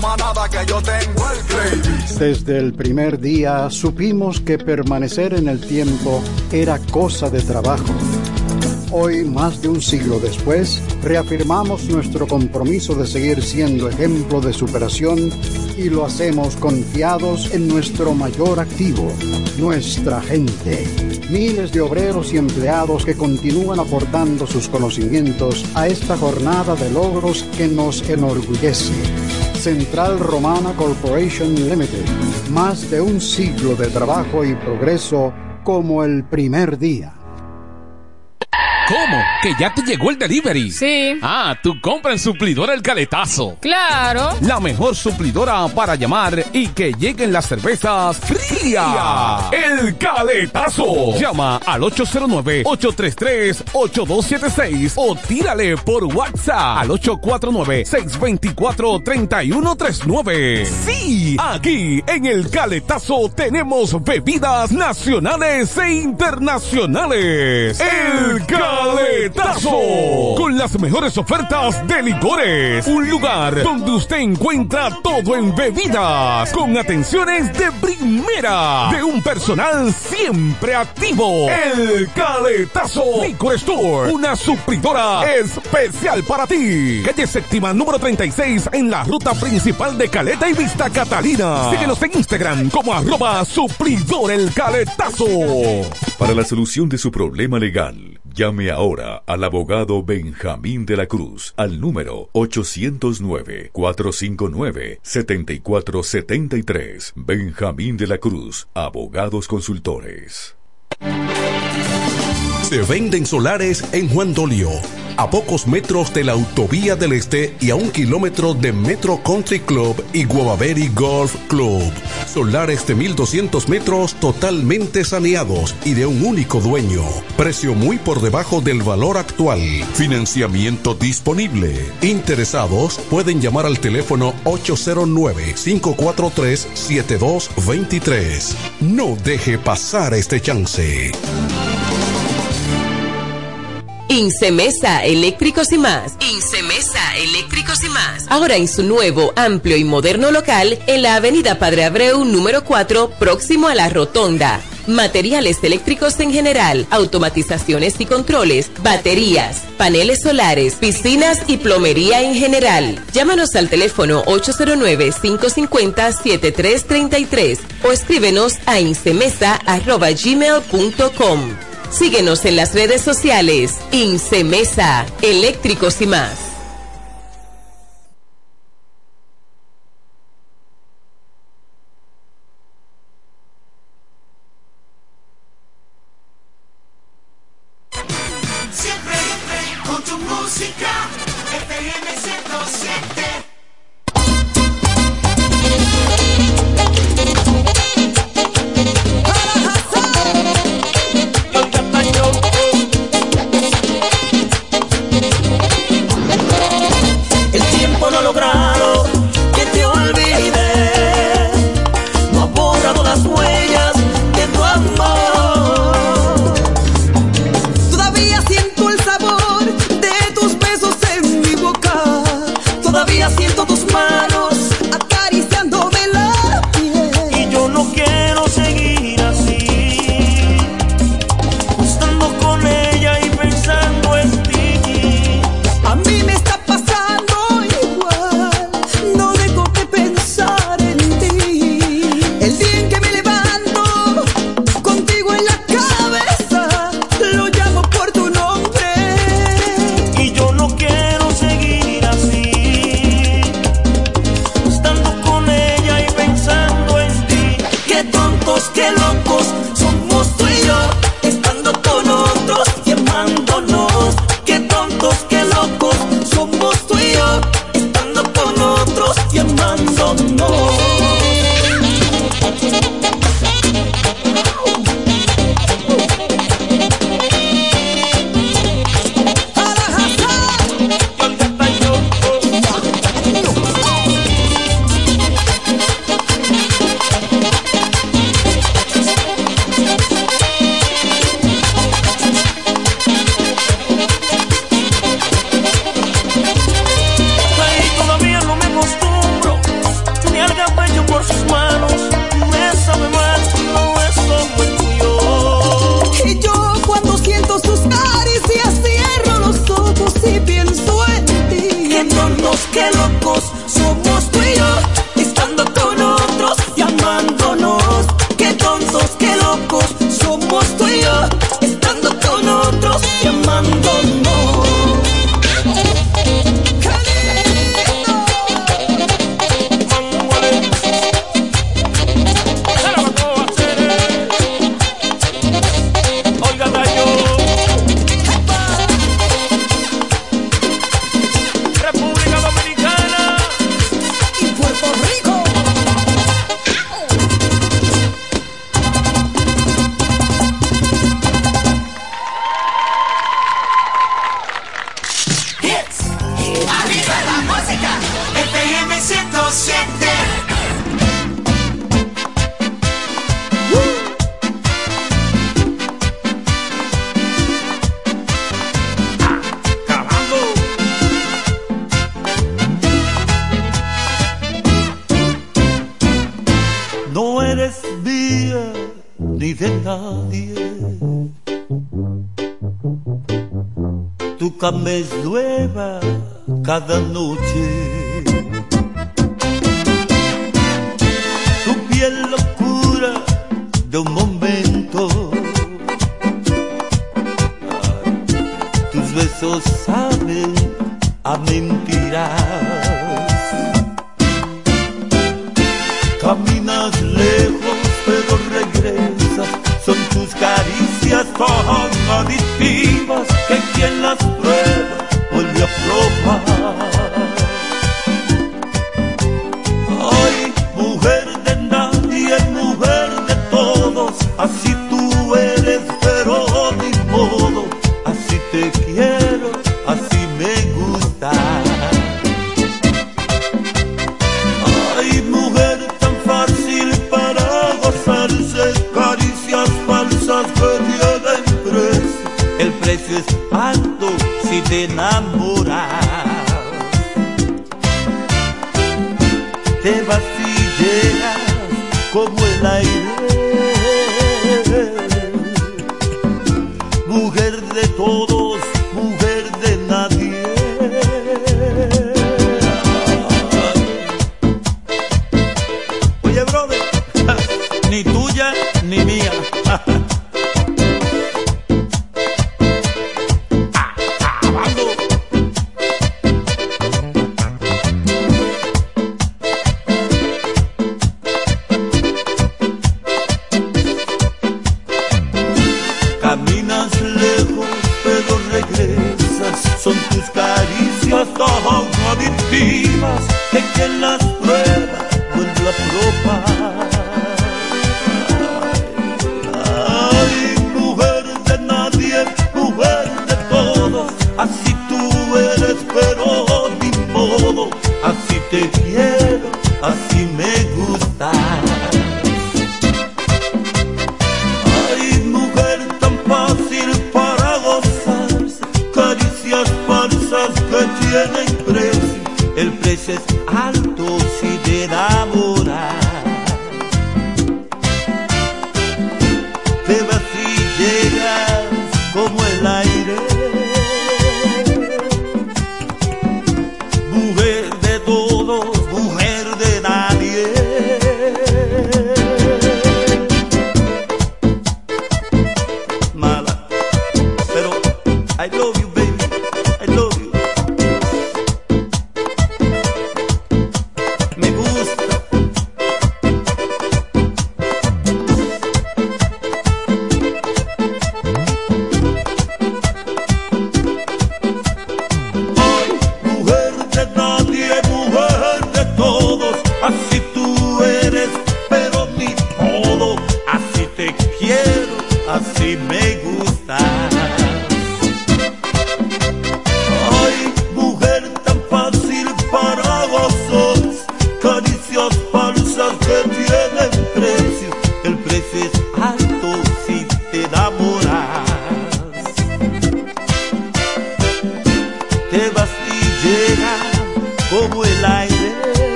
Desde el primer día supimos que permanecer en el tiempo era cosa de trabajo. Hoy, más de un siglo después, reafirmamos nuestro compromiso de seguir siendo ejemplo de superación y lo hacemos confiados en nuestro mayor activo, nuestra gente. Miles de obreros y empleados que continúan aportando sus conocimientos a esta jornada de logros que nos enorgullece. Central Romana Corporation Limited. Más de un siglo de trabajo y progreso como el primer día. ¿Cómo? ¿Que ya te llegó el delivery? Sí. Ah, tú compras en Suplidora El Caletazo. Claro. La mejor suplidora para llamar y que lleguen las cervezas frías. El Caletazo. Llama al ocho cero nueve, ocho tres tres, ocho dos siete seis o tírale por WhatsApp al ocho cuatro nueve, seis dos cuatro, tres uno tres nueve. Sí, aquí en El Caletazo tenemos bebidas nacionales e internacionales. El Caletazo. Caletazo, con las mejores ofertas de licores. Un lugar donde usted encuentra todo en bebidas, con atenciones de primera, de un personal siempre activo. El Caletazo Liquor Store, una suplidora especial para ti. Calle Séptima, número treinta y seis, en la ruta principal de Caleta y Vista Catalina. Síguenos en Instagram como arroba suplidor El Caletazo. Para la solución de su problema legal, llame ahora al abogado Benjamín de la Cruz al número ochocientos nueve, cuatrocientos cincuenta y nueve, setenta y cuatro setenta y tres. Benjamín de la Cruz, Abogados Consultores. Se venden solares en Juan Dolio, a pocos metros de la Autovía del Este y a un kilómetro de Metro Country Club y Guavaberi Golf Club. Solares de mil doscientos metros totalmente saneados y de un único dueño. Precio muy por debajo del valor actual. Financiamiento disponible. Interesados pueden llamar al teléfono ocho cero nueve, cinco cuatro tres, siete dos dos tres. No deje pasar este chance. Incemesa Eléctricos y Más. Incemesa Eléctricos y Más. Ahora en su nuevo, amplio y moderno local en la avenida Padre Abreu número cuatro, próximo a la Rotonda. Materiales eléctricos en general, automatizaciones y controles, baterías, paneles solares, piscinas y plomería en general. Llámanos al teléfono ocho cero nueve, cinco cinco cero, siete tres tres tres o escríbenos a incemesa arroba gmail punto com. Síguenos en las redes sociales. Incemesa, Eléctricos y Más. Siempre con tu música, F M ciento siete. nadie. Tu cama es nueva cada noche. Tu piel locura de un momento. Tus besos saben a mentiras. Caminas lejos pero regresas. Son tus caricias tan adictivas que quien las prueba vuelve a probar. Ay, mujer de nadie, mujer de todos, así tú eres, pero ni modo. Así te quiero, así me gusta. Ay, mujer tan fácil para gozarse, caricias falsas que tienen precio. El precio es alto si te enamoras. Te vas y llegas como el aire. Mujer de todos, mujer de nadie. Oye, brother, ni tuya ni mía. Caminas lejos pero regresas. Son tus caricias tan adictivas que quien las prueba vuelve a probar. Ay, mujer de nadie, mujer de todos, así tú eres pero ni modo. Así te quiero, así me gusta. Ay, mujer tan fácil para gozarse, caricias falsas que tienen precio. El precio es alto si te enamoras. Te vas y llegas como el aire. Mujer de todos, mujer de nadie. Mala, pero I love you, baby, I love you. Me gusta. Ay, mujer de nadie, mujer de todos, así tú eres, pero ni todo. Así te quiero, así me gusta. Ay, mujer tan fácil para gozar, caricias falsas que tienen precio. El precio es alto si te enamoras. Te vas y llegas como el aire.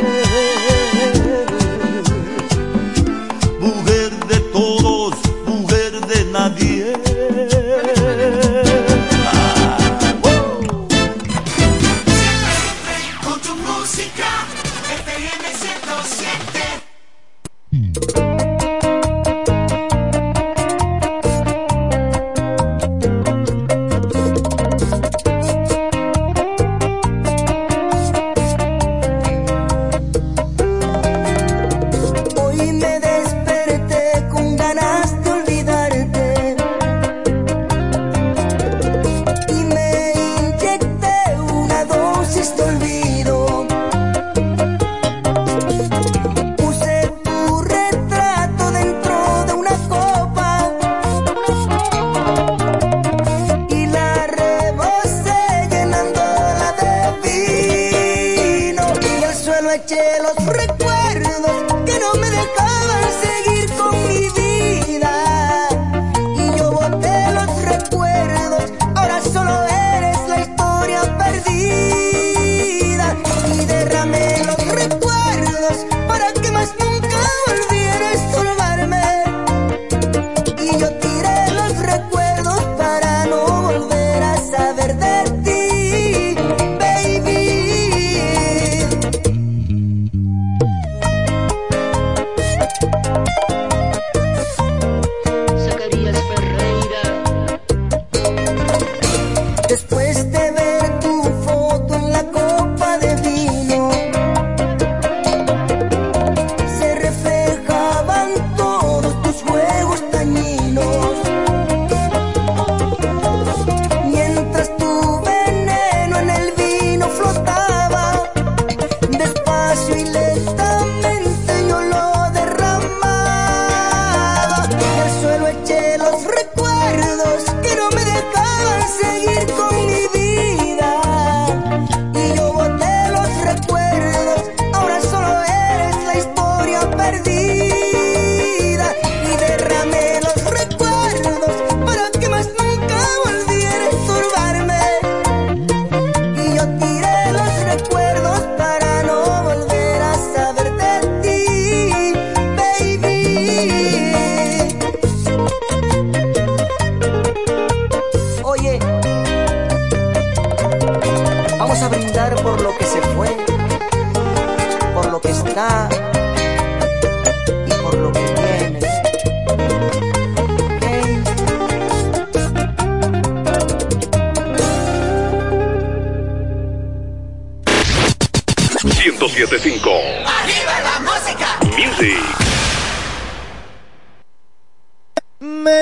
Mujer de todos, mujer de nadie. Con tu música, F M ciento siete. Hoy me desperté con ganas de olvidarte.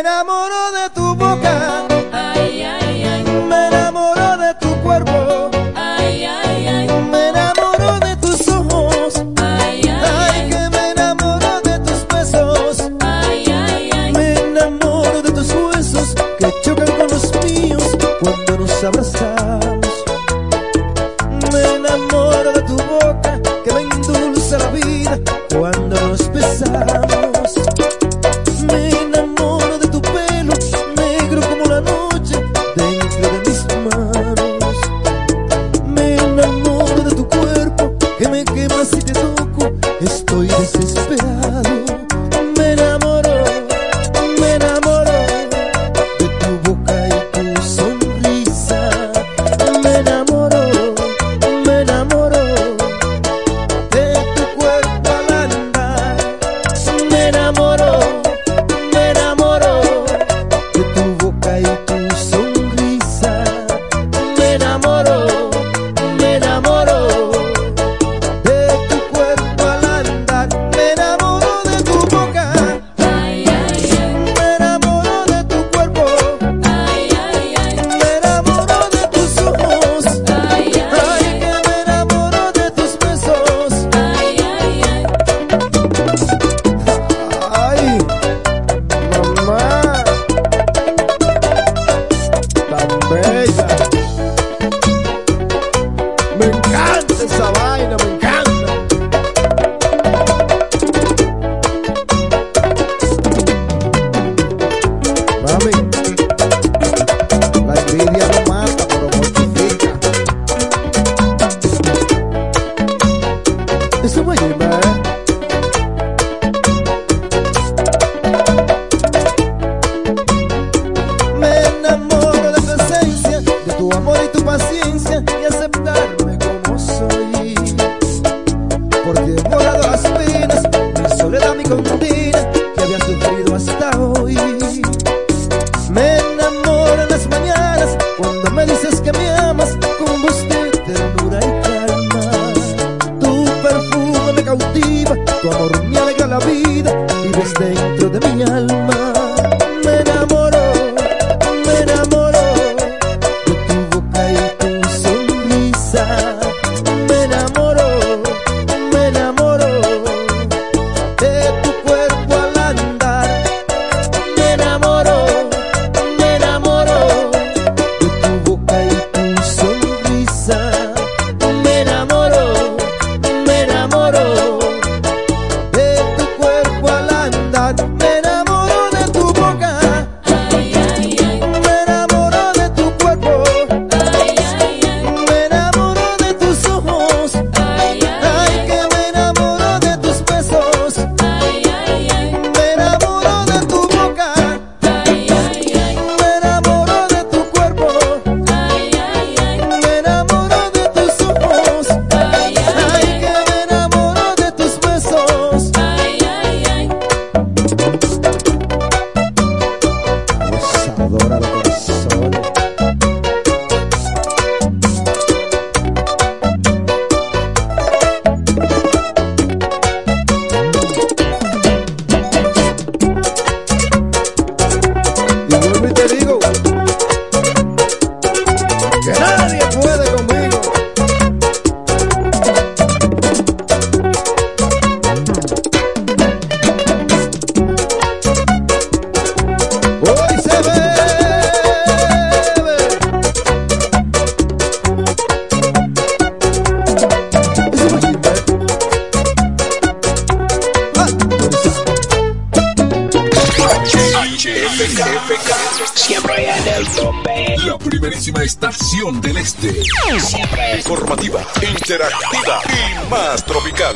enamoro de tu boca, ay, ay, ay, me enamoro de tu cuerpo, ay, ay, ay, me enamoro de tus ojos, ay, ay, ay, que me enamoro de tus besos, ay, ay, ay, me enamoro de tus huesos que chocan con los míos cuando nos abrazamos. Me enamoro de tu boca que me endulza la vida cuando nos besamos. Me enamoro de tu pelo negro como la noche dentro de mis manos. Me enamoro de tu cuerpo que me quema si te toco, estoy desesperado. Me enamoro, me enamoro de tu boca y tu sonrisa. Me enamoro, me enamoro de tu cuerpo al andar. Me enamoro, me enamoro de tu boca y tu sonrisa. Me enamoro, me enamoro de tu cuerpo al andar. Me enamoro de tu boca, ay, ay, ay, me enamoro de tu cuerpo, ay, ay, ay, me enamoro de tus ojos, ay, ay, ay, que me enamoro de tus besos. ay, ay, ay. Ay, mamá, tan bella. Me encanta esa vaina, me encanta. Mami, la envidia no mata, pero mortifica. Eso me lleva, ¿eh? Me enamoro de tu esencia, de tu amor y tu paciencia y aceptarme como soy. Porque he borrado las penas, mi soledad, mi condena que había sufrido hasta hoy. Me enamoro en las mañanas cuando me dices que me amas con voz de ternura y calma. Tu perfume me cautiva, tu amor me alegra la vida, vives dentro de mi alma. Me enamoro, me enamoro de tu boca y tu sonrisa. Me enamoro, me enamoro de tu cuerpo al andar. Me enamoro, me enamoro de tu boca y tu sonrisa. Me enamoro, me enamoro de tu cuerpo al andar. Me enamoro de tu boca, Ay, ay, ay, me enamoro de tu cuerpo, ay, ay, ay, me enamoro de tus ojos, ay, ay, ay, que me enamoro de tus besos. ay, ay, ay, Me enamoro de tu boca, ay, ay, ay, me enamoro de tu cuerpo, ay, ay, ay, me enamoro de tus ojos, ay, ay, que me enamoro de tus besos. ay, ay, ay. Gozadora de corazón. Y vuelvo y te digo que nadie puede conmigo. Hoy se bebe. Eso me chimbe. Ah, Siempre en el tope. La primerísima estación del este. Siempre informativa, interactiva y más tropical.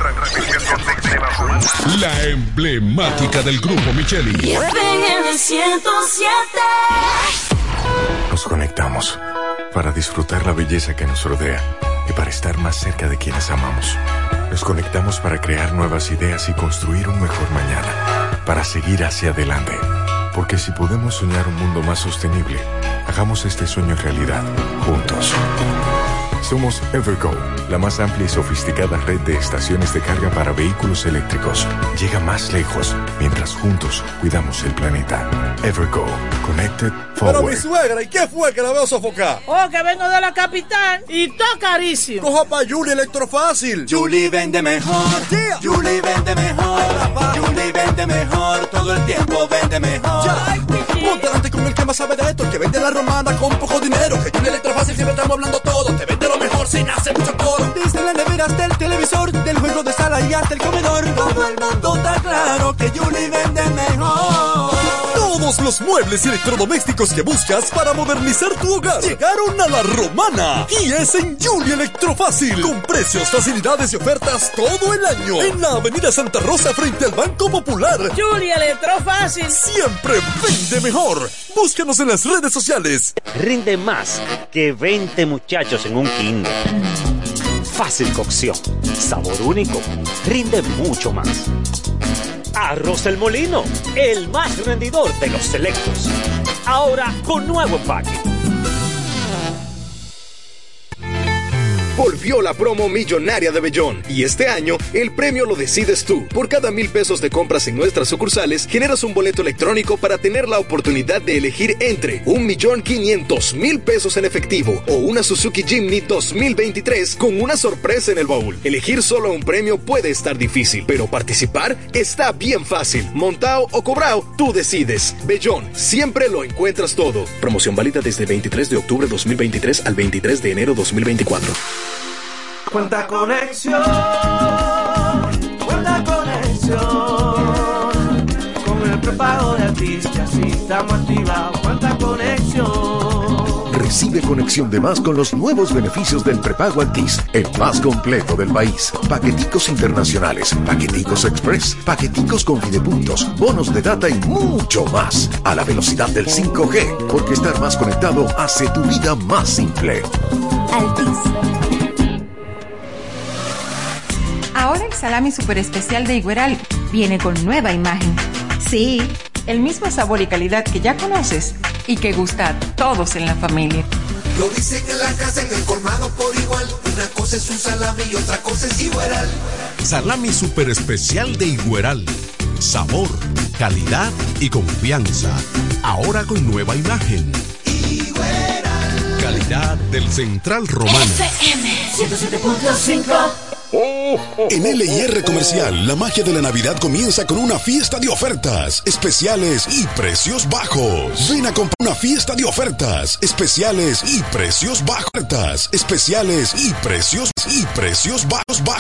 La emblemática del grupo Micheli. Y F M ciento siete. Nos conectamos para disfrutar la belleza que nos rodea y para estar más cerca de quienes amamos. Nos conectamos para crear nuevas ideas y construir un mejor mañana, para seguir hacia adelante. Porque si podemos soñar un mundo más sostenible, hagamos este sueño realidad, juntos. Somos Evergo, la más amplia y sofisticada red de estaciones de carga para vehículos eléctricos. Llega más lejos mientras juntos cuidamos el planeta. Evergo, Connected Forward. Pero mi suegra, ¿y qué fue que la veo sofocar? Oh, que vengo de la capital y todo carísimo. Coja pa' Julie Electrofácil. Julie vende mejor. Yeah. Julie vende mejor. Julie vende mejor. Todo el tiempo vende mejor. Ponte delante con el que más sabe de esto, el que vende la romana con poco dinero. Que Julie Electrofácil siempre estamos hablando todo. Te vende lo mejor sin hacer mucho coro. Desde la nevera hasta el televisor, del juego de sala y hasta el comedor. Todo el mundo está claro que Julie vende mejor. Todos los muebles y electrodomésticos que buscas para modernizar tu hogar llegaron a la romana. Y es en Julie Electrofácil. Con precios, facilidades y ofertas todo el año. En la avenida Santa Rosa frente al Banco Popular. Julie Electrofácil. Siempre vende mejor. Búscanos en las redes sociales. Rinde más que veinte muchachos en un kinder. Fácil cocción. Sabor único. Rinde mucho más. Arroz El Molino, el más rendidor de los selectos. Ahora con nuevo empaque. Volvió la promo millonaria de Bellón y este año el premio lo decides tú. Por cada mil pesos de compras en nuestras sucursales generas un boleto electrónico para tener la oportunidad de elegir entre un millón quinientos mil pesos en efectivo o una Suzuki Jimny dos mil veintitrés con una sorpresa en el baúl. Elegir solo un premio puede estar difícil, pero participar está bien fácil. Montao o cobrao, tú decides. Bellón, siempre lo encuentras todo. Promoción válida desde el veintitrés de octubre de dos mil veintitrés al veintitrés de enero de dos mil veinticuatro. Cuenta conexión, cuenta conexión. Con el prepago de artistas y estamos activados. Cuenta conexión. Recibe conexión de más con los nuevos beneficios del prepago Altis, el más completo del país. Paqueticos internacionales, paqueticos express, paqueticos con fidepuntos, bonos de data y mucho más. A la velocidad del cinco G, porque estar más conectado hace tu vida más simple. Altis. Ahora el salami super especial de Igueral viene con nueva imagen. Sí, el mismo sabor y calidad que ya conoces y que gusta a todos en la familia. Lo dicen en la casa, en el colmado por igual. Una cosa es un salami y otra cosa es Igueral. Salami super especial de Igueral. Sabor, calidad y confianza. Ahora con nueva imagen. Igueral. Calidad del Central Romano. F M ciento siete punto cinco. En L I R Comercial, la magia de la Navidad comienza con una fiesta de ofertas, especiales y precios bajos. Ven a comprar una fiesta de ofertas, especiales y precios bajos. Especiales y precios y precios bajos, bajos.